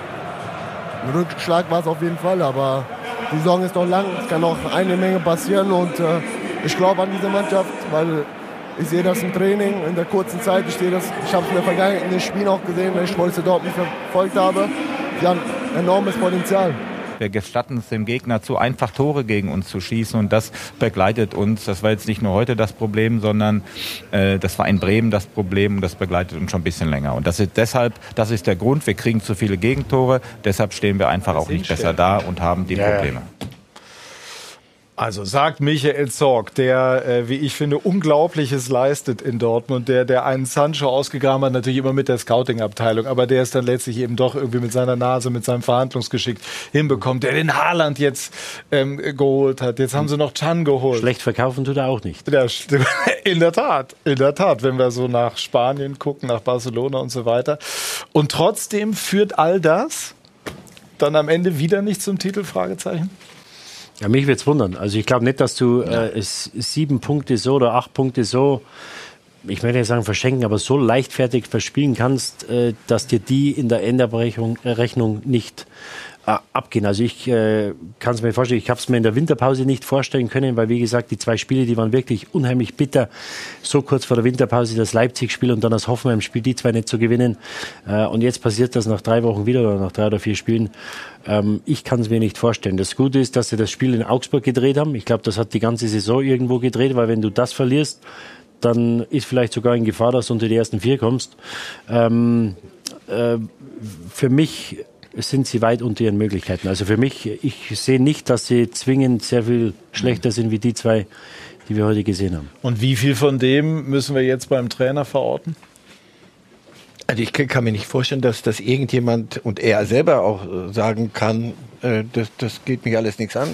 Ein Rückschlag war es auf jeden Fall, aber die Saison ist noch lang, es kann noch eine Menge passieren und ich glaube an diese Mannschaft, weil ich sehe das im Training in der kurzen Zeit, ich habe es in der Vergangenheit in den Spielen auch gesehen, wenn ich Borussia Dortmund verfolgt habe, die haben enormes Potenzial. Wir gestatten es dem Gegner zu, einfach Tore gegen uns zu schießen und das begleitet uns. Das war jetzt nicht nur heute das Problem, sondern das war in Bremen das Problem und das begleitet uns schon ein bisschen länger. Und das ist der Grund, wir kriegen zu viele Gegentore, deshalb stehen wir einfach auch nicht besser da und haben die Probleme. Also sagt Michael Zorc, der, wie ich finde, Unglaubliches leistet in Dortmund, der einen Sancho ausgegraben hat, natürlich immer mit der Scouting-Abteilung, aber der es dann letztlich eben doch irgendwie mit seiner Nase, mit seinem Verhandlungsgeschick hinbekommt, der den Haaland jetzt geholt hat. Jetzt haben sie noch Can geholt. Schlecht verkaufen tut er auch nicht. Ja, in der Tat, wenn wir so nach Spanien gucken, nach Barcelona und so weiter. Und trotzdem führt all das dann am Ende wieder nicht zum Titel, Fragezeichen? Ja, mich würde es wundern. Also ich glaube nicht, dass du 7 Punkte so oder 8 Punkte so, ich möchte nicht sagen verschenken, aber so leichtfertig verspielen kannst, dass dir die in der Endabrechnung nicht abgehen. Also ich kann es mir vorstellen, ich habe es mir in der Winterpause nicht vorstellen können, weil wie gesagt, die 2 Spiele, die waren wirklich unheimlich bitter. So kurz vor der Winterpause das Leipzig-Spiel und dann das Hoffenheim-Spiel, die 2 nicht zu gewinnen. Und jetzt passiert das nach 3 Wochen wieder oder nach 3 oder 4 Spielen. Ich kann es mir nicht vorstellen. Das Gute ist, dass sie das Spiel in Augsburg gedreht haben. Ich glaube, das hat die ganze Saison irgendwo gedreht, weil wenn du das verlierst, dann ist vielleicht sogar in Gefahr, dass du unter die ersten 4 kommst. Für mich sind sie weit unter ihren Möglichkeiten. Also für mich, ich sehe nicht, dass sie zwingend sehr viel schlechter sind wie die 2, die wir heute gesehen haben. Und wie viel von dem müssen wir jetzt beim Trainer verorten? Also ich kann mir nicht vorstellen, dass irgendjemand und er selber auch sagen kann, das geht mich alles nichts an.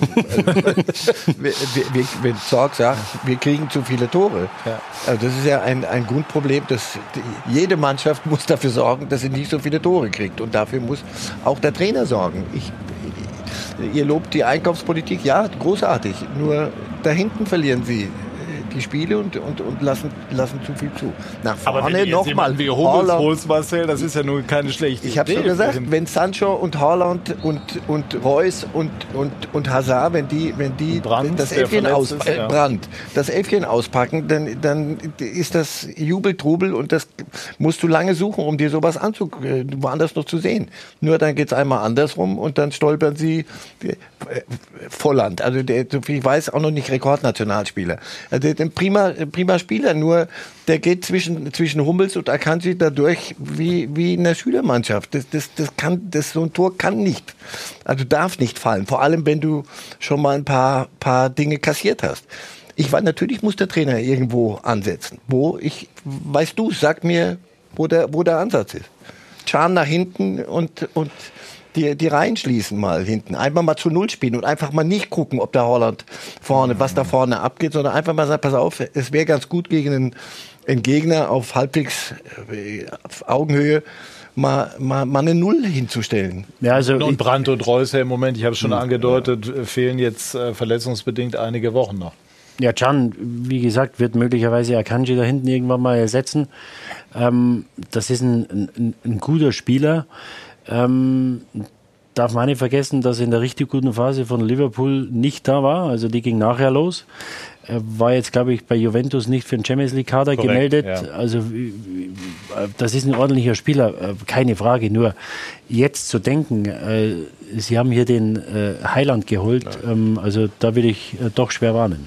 Wenn Zorc sagt, wir kriegen zu viele Tore. Ja. Also das ist ja ein Grundproblem, dass jede Mannschaft muss dafür sorgen, dass sie nicht so viele Tore kriegt. Und dafür muss auch der Trainer sorgen. Ihr lobt die Einkaufspolitik, ja, großartig. Nur da hinten verlieren sie die Spiele und lassen zu viel zu. Nach vorne nochmal. Wie Hummels holst, Marcel, das ist ja nun keine schlechte Idee. Ich habe schon gesagt, wenn Sancho und Haaland und Reus und Hazard, wenn Brandt, das Elfchen auspacken, dann ist das Jubeltrubel und das musst du lange suchen, um dir sowas woanders noch zu sehen. Nur dann geht es einmal andersrum und dann stolpern sie Volland. Also der, so viel ich weiß, auch noch nicht Rekordnationalspieler. Also ein prima Spieler, nur der geht zwischen Hummels und Akanji dadurch wie in der Schülermannschaft. So ein Tor kann nicht, also darf nicht fallen, vor allem wenn du schon mal ein paar Dinge kassiert hast. Natürlich muss der Trainer irgendwo ansetzen. Weißt du, sag mir, wo der Ansatz ist. Can nach hinten und die Reihen schließen mal hinten. Einfach mal zu Null spielen und einfach mal nicht gucken, ob der Haaland was da vorne abgeht, sondern einfach mal sagen, pass auf, es wäre ganz gut gegen einen Gegner auf halbwegs auf Augenhöhe mal eine Null hinzustellen. Ja, also und Brandt und Reus im Moment, ich habe es schon angedeutet, fehlen jetzt verletzungsbedingt einige Wochen noch. Ja, Can, wie gesagt, wird möglicherweise Akanji da hinten irgendwann mal ersetzen. Das ist ein guter Spieler. Darf man nicht vergessen, dass er in der richtig guten Phase von Liverpool nicht da war. Also die ging nachher los. Er war jetzt, glaube ich, bei Juventus nicht für den Champions League Kader gemeldet. Ja. Also das ist ein ordentlicher Spieler, keine Frage. Nur jetzt zu denken, Sie haben hier den Haaland geholt, also da will ich doch schwer warnen.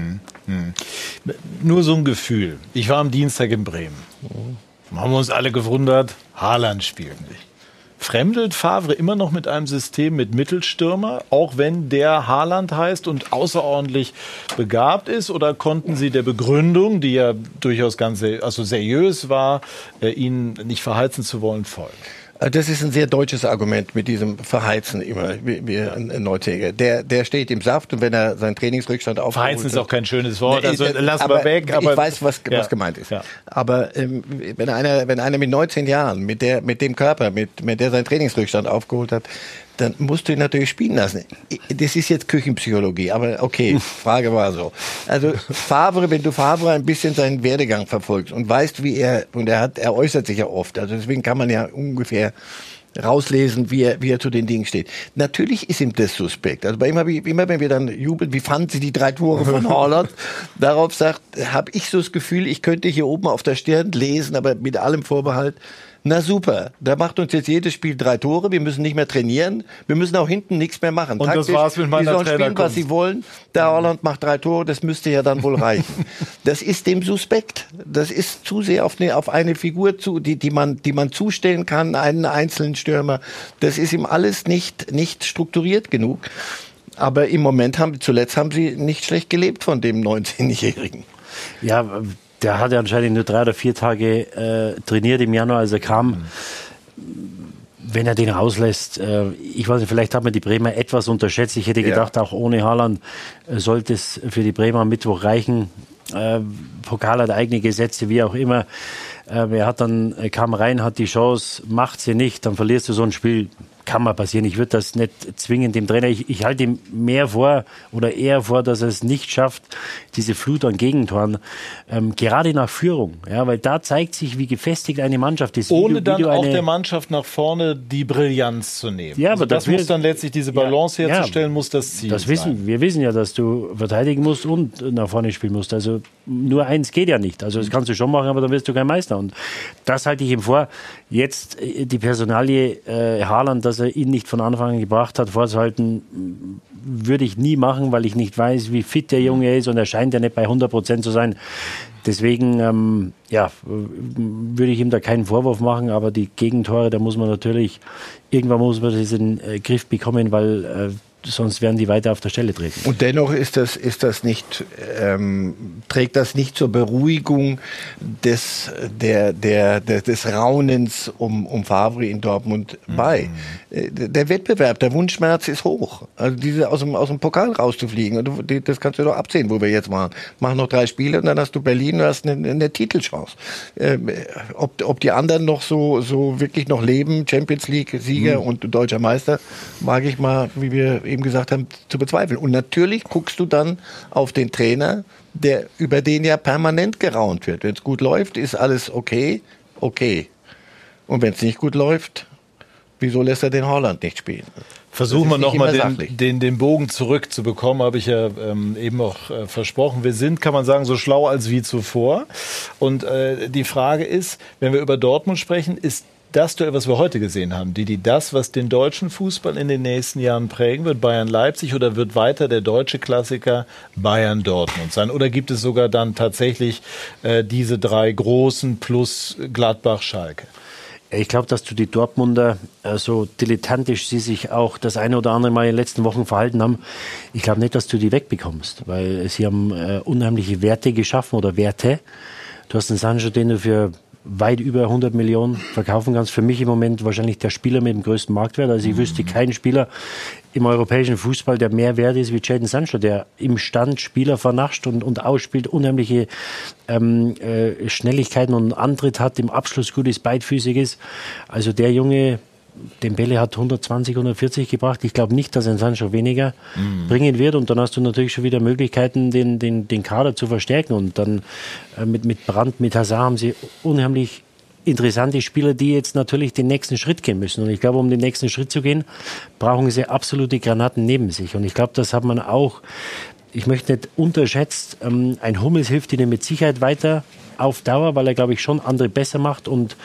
Nur so ein Gefühl. Ich war am Dienstag in Bremen. Haben wir uns alle gewundert, Haaland spielt nicht. Fremdelt Favre immer noch mit einem System mit Mittelstürmer, auch wenn der Haaland heißt und außerordentlich begabt ist? Oder konnten Sie der Begründung, die ja durchaus seriös war, ihn nicht verheizen zu wollen, folgen? Das ist ein sehr deutsches Argument mit diesem Verheizen immer, wie ein Neuzäger. Der steht im Saft und wenn er seinen Trainingsrückstand aufholt... Verheizen ist auch kein schönes Wort, also lassen wir weg. Aber ich weiß, was gemeint ist. Ja. Aber wenn einer mit 19 Jahren, mit dem Körper, mit der seinen Trainingsrückstand aufgeholt hat, dann musst du ihn natürlich spielen lassen. Das ist jetzt Küchenpsychologie, aber okay, Frage war so. Also wenn du Favre ein bisschen seinen Werdegang verfolgst und weißt, er äußert sich ja oft, also deswegen kann man ja ungefähr rauslesen, wie er zu den Dingen steht. Natürlich ist ihm das suspekt. Also bei ihm habe ich immer, wenn wir dann jubeln, wie fanden Sie die 3 Tore von Haaland? Darauf habe ich so das Gefühl, ich könnte hier oben auf der Stirn lesen, aber mit allem Vorbehalt, na super, da macht uns jetzt jedes Spiel 3 Tore, wir müssen nicht mehr trainieren, wir müssen auch hinten nichts mehr machen. Und taktisch, das war's mit meiner Trainerkunst. Die sollen spielen, was sie wollen, der Haaland macht 3 Tore, das müsste ja dann wohl reichen. Das ist dem suspekt, das ist zu sehr auf eine Figur die man zustellen kann, einen einzelnen Stürmer. Das ist ihm alles nicht strukturiert genug. Aber im Moment zuletzt haben sie nicht schlecht gelebt von dem 19-Jährigen. Ja, der hat ja anscheinend nur 3 oder 4 Tage trainiert im Januar, als er kam. Wenn er den rauslässt, ich weiß nicht, vielleicht hat man die Bremer etwas unterschätzt. Ich hätte gedacht, auch ohne Haaland sollte es für die Bremer am Mittwoch reichen. Pokal hat eigene Gesetze, wie auch immer. Kam rein, hat die Chance, macht sie nicht, dann verlierst du so ein Spiel. Kann mal passieren. Ich würde das nicht zwingen dem Trainer. Ich halte ihm eher vor, dass er es nicht schafft, diese Flut an Gegentoren, gerade nach Führung. Ja, weil da zeigt sich, wie gefestigt eine Mannschaft ist. Ohne dann auch der Mannschaft nach vorne die Brillanz zu nehmen. Ja, aber das muss dann letztlich diese Balance herzustellen, muss das Ziel sein. Wir wissen ja, dass du verteidigen musst und nach vorne spielen musst. Also nur eins geht ja nicht. Also das kannst du schon machen, aber dann wirst du kein Meister. Und das halte ich ihm vor. Jetzt die Personalie Haaland, dass er ihn nicht von Anfang an gebracht hat, vorzuhalten, würde ich nie machen, weil ich nicht weiß, wie fit der Junge ist und er scheint ja nicht bei 100% zu sein. Deswegen, würde ich ihm da keinen Vorwurf machen, aber die Gegentore, da muss man natürlich, irgendwann muss man das in den Griff bekommen, weil sonst werden die weiter auf der Stelle treten. Und dennoch trägt das nicht zur Beruhigung des Raunens um Favre in Dortmund bei. Der Wettbewerb, der Wunschschmerz ist hoch. Also aus dem Pokal rauszufliegen, das kannst du doch absehen, wo wir jetzt machen. Mach noch 3 Spiele und dann hast du Berlin, du hast eine Titelchance. Ob die anderen noch so wirklich noch leben, Champions League Sieger und deutscher Meister, mag ich mal, wie wir eben gesagt haben, zu bezweifeln. Und natürlich guckst du dann auf den Trainer, über den ja permanent geraunt wird. Wenn es gut läuft, ist alles okay. Und wenn es nicht gut läuft, wieso lässt er den Haaland nicht spielen? Versuchen wir nochmal den Bogen zurückzubekommen, habe ich ja eben auch versprochen. Wir sind, kann man sagen, so schlau als wie zuvor. Und die Frage ist, wenn wir über Dortmund sprechen, ist das Duell, was wir heute gesehen haben, das, was den deutschen Fußball in den nächsten Jahren prägen wird, Bayern-Leipzig, oder wird weiter der deutsche Klassiker Bayern-Dortmund sein? Oder gibt es sogar dann tatsächlich diese drei großen plus Gladbach-Schalke? Ich glaube, dass die Dortmunder, so dilettantisch sie sich auch das eine oder andere Mal in den letzten Wochen verhalten haben, ich glaube nicht, dass du die wegbekommst, weil sie haben unheimliche Werte geschaffen oder Werte. Du hast einen Sancho, den du für weit über 100 Millionen verkaufen kannst. Für mich im Moment wahrscheinlich der Spieler mit dem größten Marktwert. Also ich wüsste keinen Spieler im europäischen Fußball, der mehr wert ist wie Jadon Sancho, der im Stand Spieler vernascht und ausspielt, unheimliche Schnelligkeiten und Antritt hat, im Abschluss gut ist, beidfüßig ist. Also der Junge, Dembele hat 120, 140 gebracht. Ich glaube nicht, dass ein Sancho weniger bringen wird. Und dann hast du natürlich schon wieder Möglichkeiten, den Kader zu verstärken. Und dann mit Brandt, mit Hazard haben sie unheimlich interessante Spieler, die jetzt natürlich den nächsten Schritt gehen müssen. Und ich glaube, um den nächsten Schritt zu gehen, brauchen sie absolute Granaten neben sich. Und ich glaube, das hat man auch, ich möchte nicht unterschätzt, ein Hummels hilft ihnen mit Sicherheit weiter auf Dauer, weil er, glaube ich, schon andere besser macht und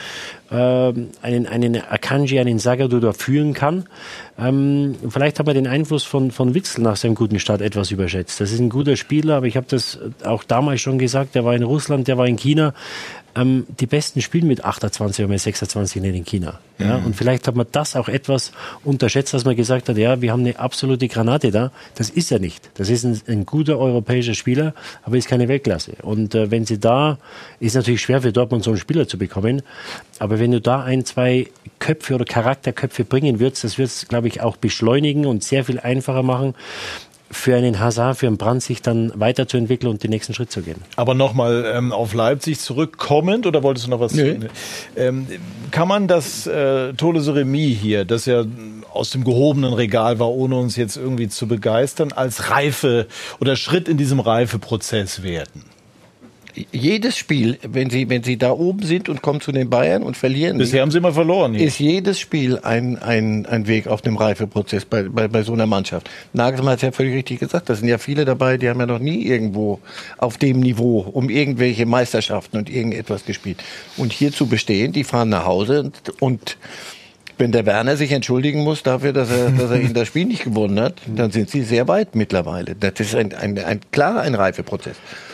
einen Akanji, einen Zagadou da führen kann. Vielleicht hat man den Einfluss von Witsel nach seinem guten Start etwas überschätzt. Das ist ein guter Spieler, aber ich habe das auch damals schon gesagt, der war in Russland, der war in China. Die Besten spielen mit 28 oder mit 26 nicht in China. Ja? Und vielleicht hat man das auch etwas unterschätzt, dass man gesagt hat, ja, wir haben eine absolute Granate da. Das ist er nicht. Das ist ein guter europäischer Spieler, aber ist keine Weltklasse. Und wenn sie da, ist natürlich schwer für Dortmund so einen Spieler zu bekommen, aber wenn du da 1, 2 Köpfe oder Charakterköpfe bringen würdest, das wird es, glaube ich, auch beschleunigen und sehr viel einfacher machen, für einen Hazard, für einen Brandt sich dann weiterzuentwickeln und den nächsten Schritt zu gehen. Aber nochmal auf Leipzig zurückkommend, oder wolltest du noch was? Nee. Kann man das Tolese Remis hier, das ja aus dem gehobenen Regal war, ohne uns jetzt irgendwie zu begeistern, als Reife oder Schritt in diesem Reifeprozess werten? Jedes Spiel, wenn sie da oben sind und kommen zu den Bayern und verlieren, bisher haben sie immer verloren, hier ist jedes Spiel ein Weg auf dem Reifeprozess bei so einer Mannschaft. Nagelsmann hat ja völlig richtig gesagt, da sind ja viele dabei, die haben ja noch nie irgendwo auf dem Niveau um irgendwelche Meisterschaften und irgendetwas gespielt. Und hier zu bestehen, die fahren nach Hause und wenn der Werner sich entschuldigen muss dafür, dass er in das Spiel nicht gewonnen hat, dann sind sie sehr weit mittlerweile. Das ist klar ein Reifeprozess.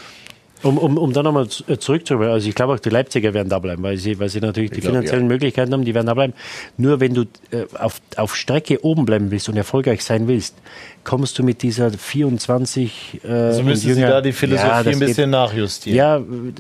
Um da nochmal zurückzukommen, also ich glaube auch die Leipziger werden da bleiben, weil sie natürlich die finanziellen Möglichkeiten haben, die werden da bleiben. Nur wenn du auf Strecke oben bleiben willst und erfolgreich sein willst, kommst du mit dieser 24 also müssen Sie da die Philosophie ein bisschen nachjustieren. Ja,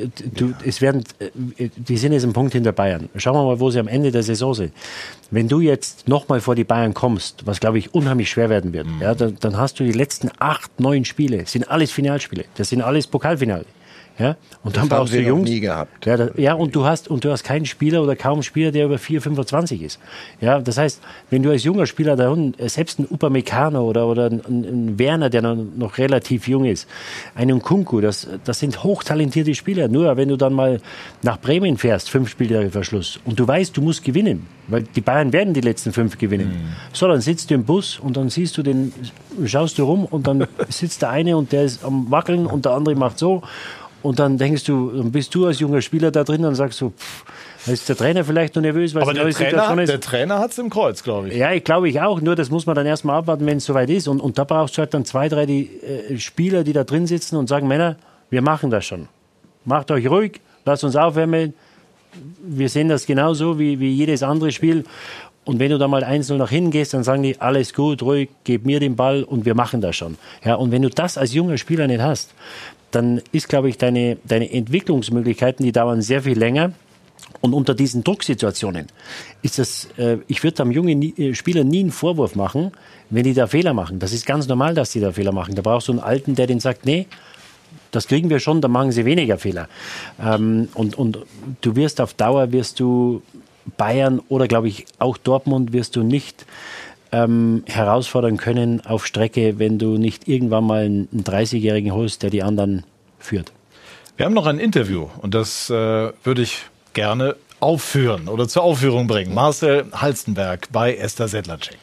die sind jetzt ein Punkt hinter Bayern. Schauen wir mal, wo sie am Ende der Saison sind. Wenn du jetzt nochmal vor die Bayern kommst, was glaube ich unheimlich schwer werden wird, ja, dann hast du die letzten 8, 9 Spiele, sind alles Finalspiele, das sind alles Pokalfinale. Ja, und dann brauchst du Jungs. Nie gehabt. Und du hast keinen Spieler oder kaum Spieler, der über 4,25 ist. Ja, das heißt, wenn du als junger Spieler da unten, selbst ein Upamecano oder ein Werner, der noch relativ jung ist, einen Nkunku, das sind hochtalentierte Spieler. Nur wenn du dann mal nach Bremen fährst, 5 Spiele vor Schluss, und du weißt, du musst gewinnen, weil die Bayern werden die letzten 5 gewinnen. So, dann sitzt du im Bus und dann siehst du schaust du rum und dann sitzt der eine und der ist am Wackeln und der andere macht so. Und dann bist du als junger Spieler da drin und sagst so, da ist der Trainer vielleicht noch nervös, weil es eine neue Situation ist. Der Trainer hat es im Kreuz, glaube ich. Ja, ich glaube auch. Nur das muss man dann erstmal abwarten, wenn es soweit ist. Und da brauchst du halt dann 2, 3 Spieler, die da drin sitzen und sagen, Männer, wir machen das schon. Macht euch ruhig, lasst uns aufwärmen. Wir sehen das genauso wie jedes andere Spiel. Und wenn du da mal 1-0 nach hinten gehst, dann sagen die, alles gut, ruhig, gib mir den Ball und wir machen das schon. Ja, und wenn du das als junger Spieler nicht hast, dann ist, glaube ich, deine Entwicklungsmöglichkeiten, die dauern sehr viel länger. Und unter diesen Drucksituationen ist das, ich würde am jungen Spieler nie einen Vorwurf machen, wenn die da Fehler machen. Das ist ganz normal, dass die da Fehler machen. Da brauchst du einen Alten, der den sagt, nee, das kriegen wir schon, dann machen sie weniger Fehler. Und du wirst auf Dauer, Bayern oder, glaube ich, auch Dortmund wirst du nicht herausfordern können auf Strecke, wenn du nicht irgendwann mal einen 30-Jährigen holst, der die anderen führt. Wir haben noch ein Interview und das würde ich gerne aufführen oder zur Aufführung bringen. Marcel Halstenberg bei Esther Sedlacek.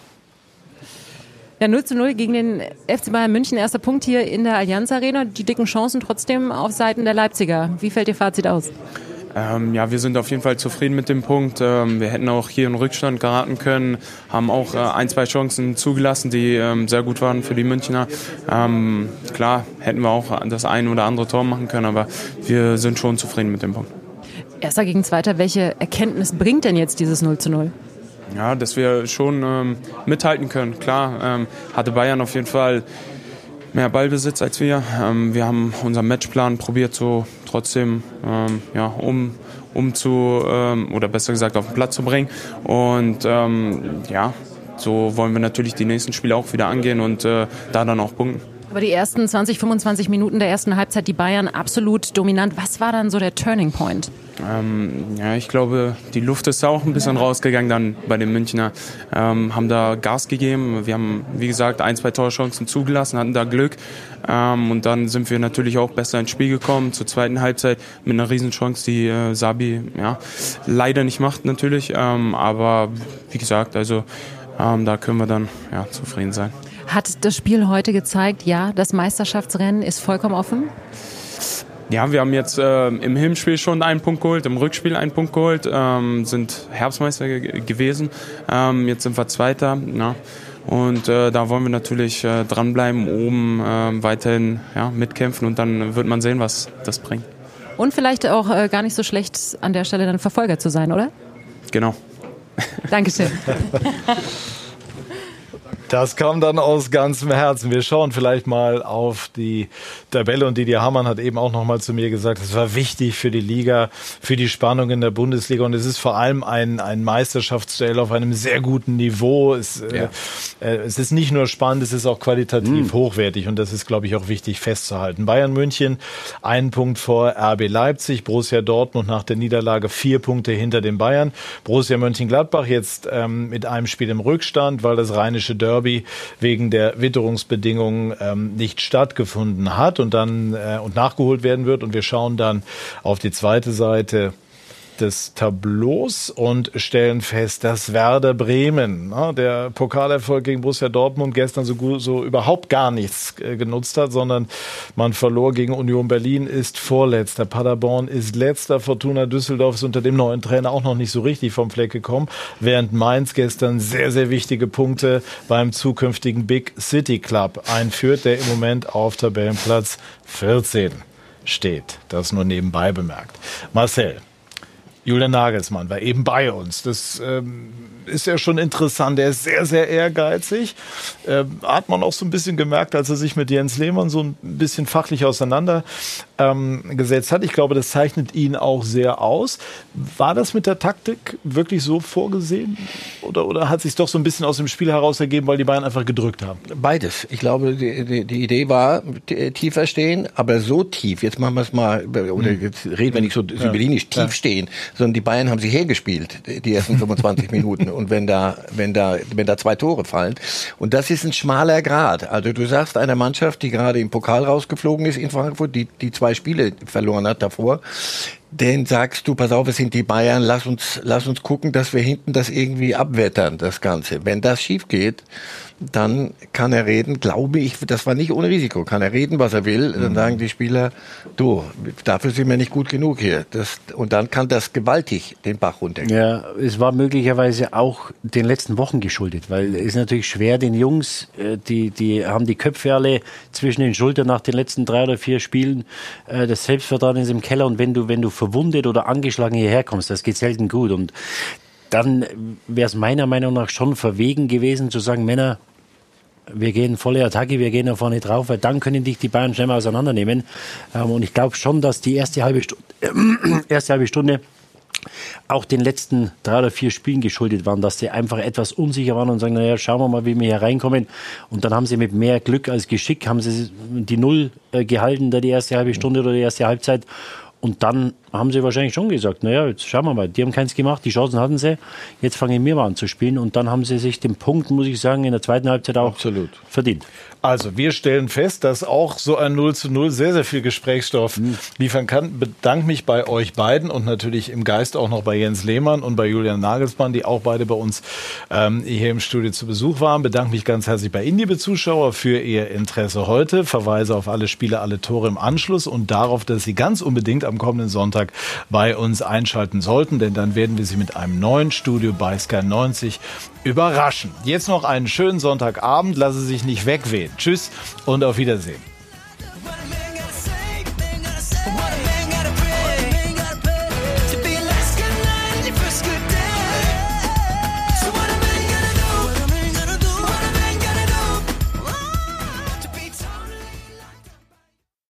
Ja, 0:0 gegen den FC Bayern München. Erster Punkt hier in der Allianz Arena. Die dicken Chancen trotzdem auf Seiten der Leipziger. Wie fällt Ihr Fazit aus? Ja, wir sind auf jeden Fall zufrieden mit dem Punkt. Wir hätten auch hier in Rückstand geraten können, haben auch 1-2 Chancen zugelassen, die sehr gut waren für die Münchner. Klar, hätten wir auch das ein oder andere Tor machen können, aber wir sind schon zufrieden mit dem Punkt. Erster gegen Zweiter, welche Erkenntnis bringt denn jetzt dieses 0:0? Ja, dass wir schon mithalten können. Klar, hatte Bayern auf jeden Fall mehr Ballbesitz als wir. Wir haben unseren Matchplan probiert, so trotzdem oder besser gesagt auf den Platz zu bringen. Und so wollen wir natürlich die nächsten Spiele auch wieder angehen und da dann auch punkten. Aber die ersten 20, 25 Minuten der ersten Halbzeit, die Bayern absolut dominant. Was war dann so der Turning Point? Ich glaube, die Luft ist auch ein bisschen rausgegangen dann bei den Münchner. Haben da Gas gegeben. Wir haben, wie gesagt, 1-2 Torchancen zugelassen, hatten da Glück. Und dann sind wir natürlich auch besser ins Spiel gekommen. Zur zweiten Halbzeit mit einer Riesenchance, die Sabi leider nicht macht natürlich. Aber wie gesagt, also da können wir dann zufrieden sein. Hat das Spiel heute gezeigt, ja, das Meisterschaftsrennen ist vollkommen offen? Ja, wir haben jetzt im Hinspiel schon einen Punkt geholt, im Rückspiel einen Punkt geholt, sind Herbstmeister gewesen. Jetzt sind wir Zweiter. Ja. Und da wollen wir natürlich dranbleiben, oben weiterhin mitkämpfen und dann wird man sehen, was das bringt. Und vielleicht auch gar nicht so schlecht an der Stelle dann Verfolger zu sein, oder? Genau. Dankeschön. Das kam dann aus ganzem Herzen. Wir schauen vielleicht mal auf die Tabelle und Didier Hamann hat eben auch noch mal zu mir gesagt, es war wichtig für die Liga, für die Spannung in der Bundesliga und es ist vor allem ein Meisterschaftsduell auf einem sehr guten Niveau. Es ist nicht nur spannend, es ist auch qualitativ hochwertig und das ist, glaube ich, auch wichtig festzuhalten. Bayern München 1 Punkt vor RB Leipzig, Borussia Dortmund nach der Niederlage 4 Punkte hinter den Bayern. Borussia Mönchengladbach jetzt mit einem Spiel im Rückstand, weil das rheinische Derby wegen der Witterungsbedingungen nicht stattgefunden hat und dann nachgeholt werden wird. Und wir schauen dann auf die zweite Seite des Tableaus und stellen fest, dass Werder Bremen, der Pokalerfolg gegen Borussia Dortmund gestern so überhaupt gar nichts genutzt hat, sondern man verlor gegen Union Berlin, ist Vorletzter. Paderborn ist Letzter. Fortuna Düsseldorf ist unter dem neuen Trainer auch noch nicht so richtig vom Fleck gekommen, während Mainz gestern sehr, sehr wichtige Punkte beim zukünftigen Big City Club einführt, der im Moment auf Tabellenplatz 14 steht. Das nur nebenbei bemerkt. Marcel, Julian Nagelsmann war eben bei uns. Das ist ja schon interessant. Er ist sehr, sehr ehrgeizig. Hat man auch so ein bisschen gemerkt, als er sich mit Jens Lehmann so ein bisschen fachlich auseinandergesetzt hat. Ich glaube, das zeichnet ihn auch sehr aus. War das mit der Taktik wirklich so vorgesehen? Oder hat sich doch so ein bisschen aus dem Spiel heraus ergeben, weil die Bayern einfach gedrückt haben? Beides. Ich glaube, die Idee war, tiefer stehen, aber so tief. Jetzt machen wir es mal, oder jetzt reden wir nicht so sibyllinisch, tief stehen, sondern die Bayern haben sich hergespielt, die ersten 25 Minuten. Und wenn da 2 Tore fallen. Und das ist ein schmaler Grat. Also du sagst einer Mannschaft, die gerade im Pokal rausgeflogen ist in Frankfurt, die 2 Spiele verloren hat davor, den sagst du, pass auf, es sind die Bayern, lass uns gucken, dass wir hinten das irgendwie abwettern, das Ganze. Wenn das schief geht, dann kann er reden, glaube ich, das war nicht ohne Risiko, kann er reden, was er will, dann sagen die Spieler, du, dafür sind wir nicht gut genug hier. Und dann kann das gewaltig den Bach runtergehen. Ja, es war möglicherweise auch den letzten Wochen geschuldet, weil es ist natürlich schwer, den Jungs, die haben die Köpfe alle zwischen den Schultern nach den letzten 3 oder 4 Spielen, das Selbstvertrauen ist im Keller und wenn du verwundet oder angeschlagen hierher kommst, das geht selten gut und dann wäre es meiner Meinung nach schon verwegen gewesen zu sagen, Männer, wir gehen volle Attacke, wir gehen da vorne drauf, weil dann können dich die Bayern schnell mal auseinandernehmen. Und ich glaube schon, dass die erste halbe Stunde auch den letzten 3 oder 4 Spielen geschuldet waren, dass sie einfach etwas unsicher waren und sagen, naja, schauen wir mal, wie wir hier reinkommen. Und dann haben sie mit mehr Glück als Geschick, haben sie die Null gehalten, da die erste halbe Stunde oder die erste Halbzeit. Und dann haben sie wahrscheinlich schon gesagt, naja, jetzt schauen wir mal, die haben keins gemacht, die Chancen hatten sie, jetzt fangen wir mal an zu spielen. Und dann haben sie sich den Punkt, muss ich sagen, in der zweiten Halbzeit auch verdient. Also wir stellen fest, dass auch so ein 0:0 sehr, sehr viel Gesprächsstoff liefern kann. Bedanke mich bei euch beiden und natürlich im Geist auch noch bei Jens Lehmann und bei Julian Nagelsmann, die auch beide bei uns hier im Studio zu Besuch waren. Bedanke mich ganz herzlich bei Ihnen, liebe Zuschauer, für Ihr Interesse heute. Verweise auf alle Spiele, alle Tore im Anschluss und darauf, dass Sie ganz unbedingt am kommenden Sonntag Sonntag bei uns einschalten sollten, denn dann werden wir Sie mit einem neuen Studio bei Sky 90 überraschen. Jetzt noch einen schönen Sonntagabend, lassen Sie sich nicht wegwehen. Tschüss und auf Wiedersehen.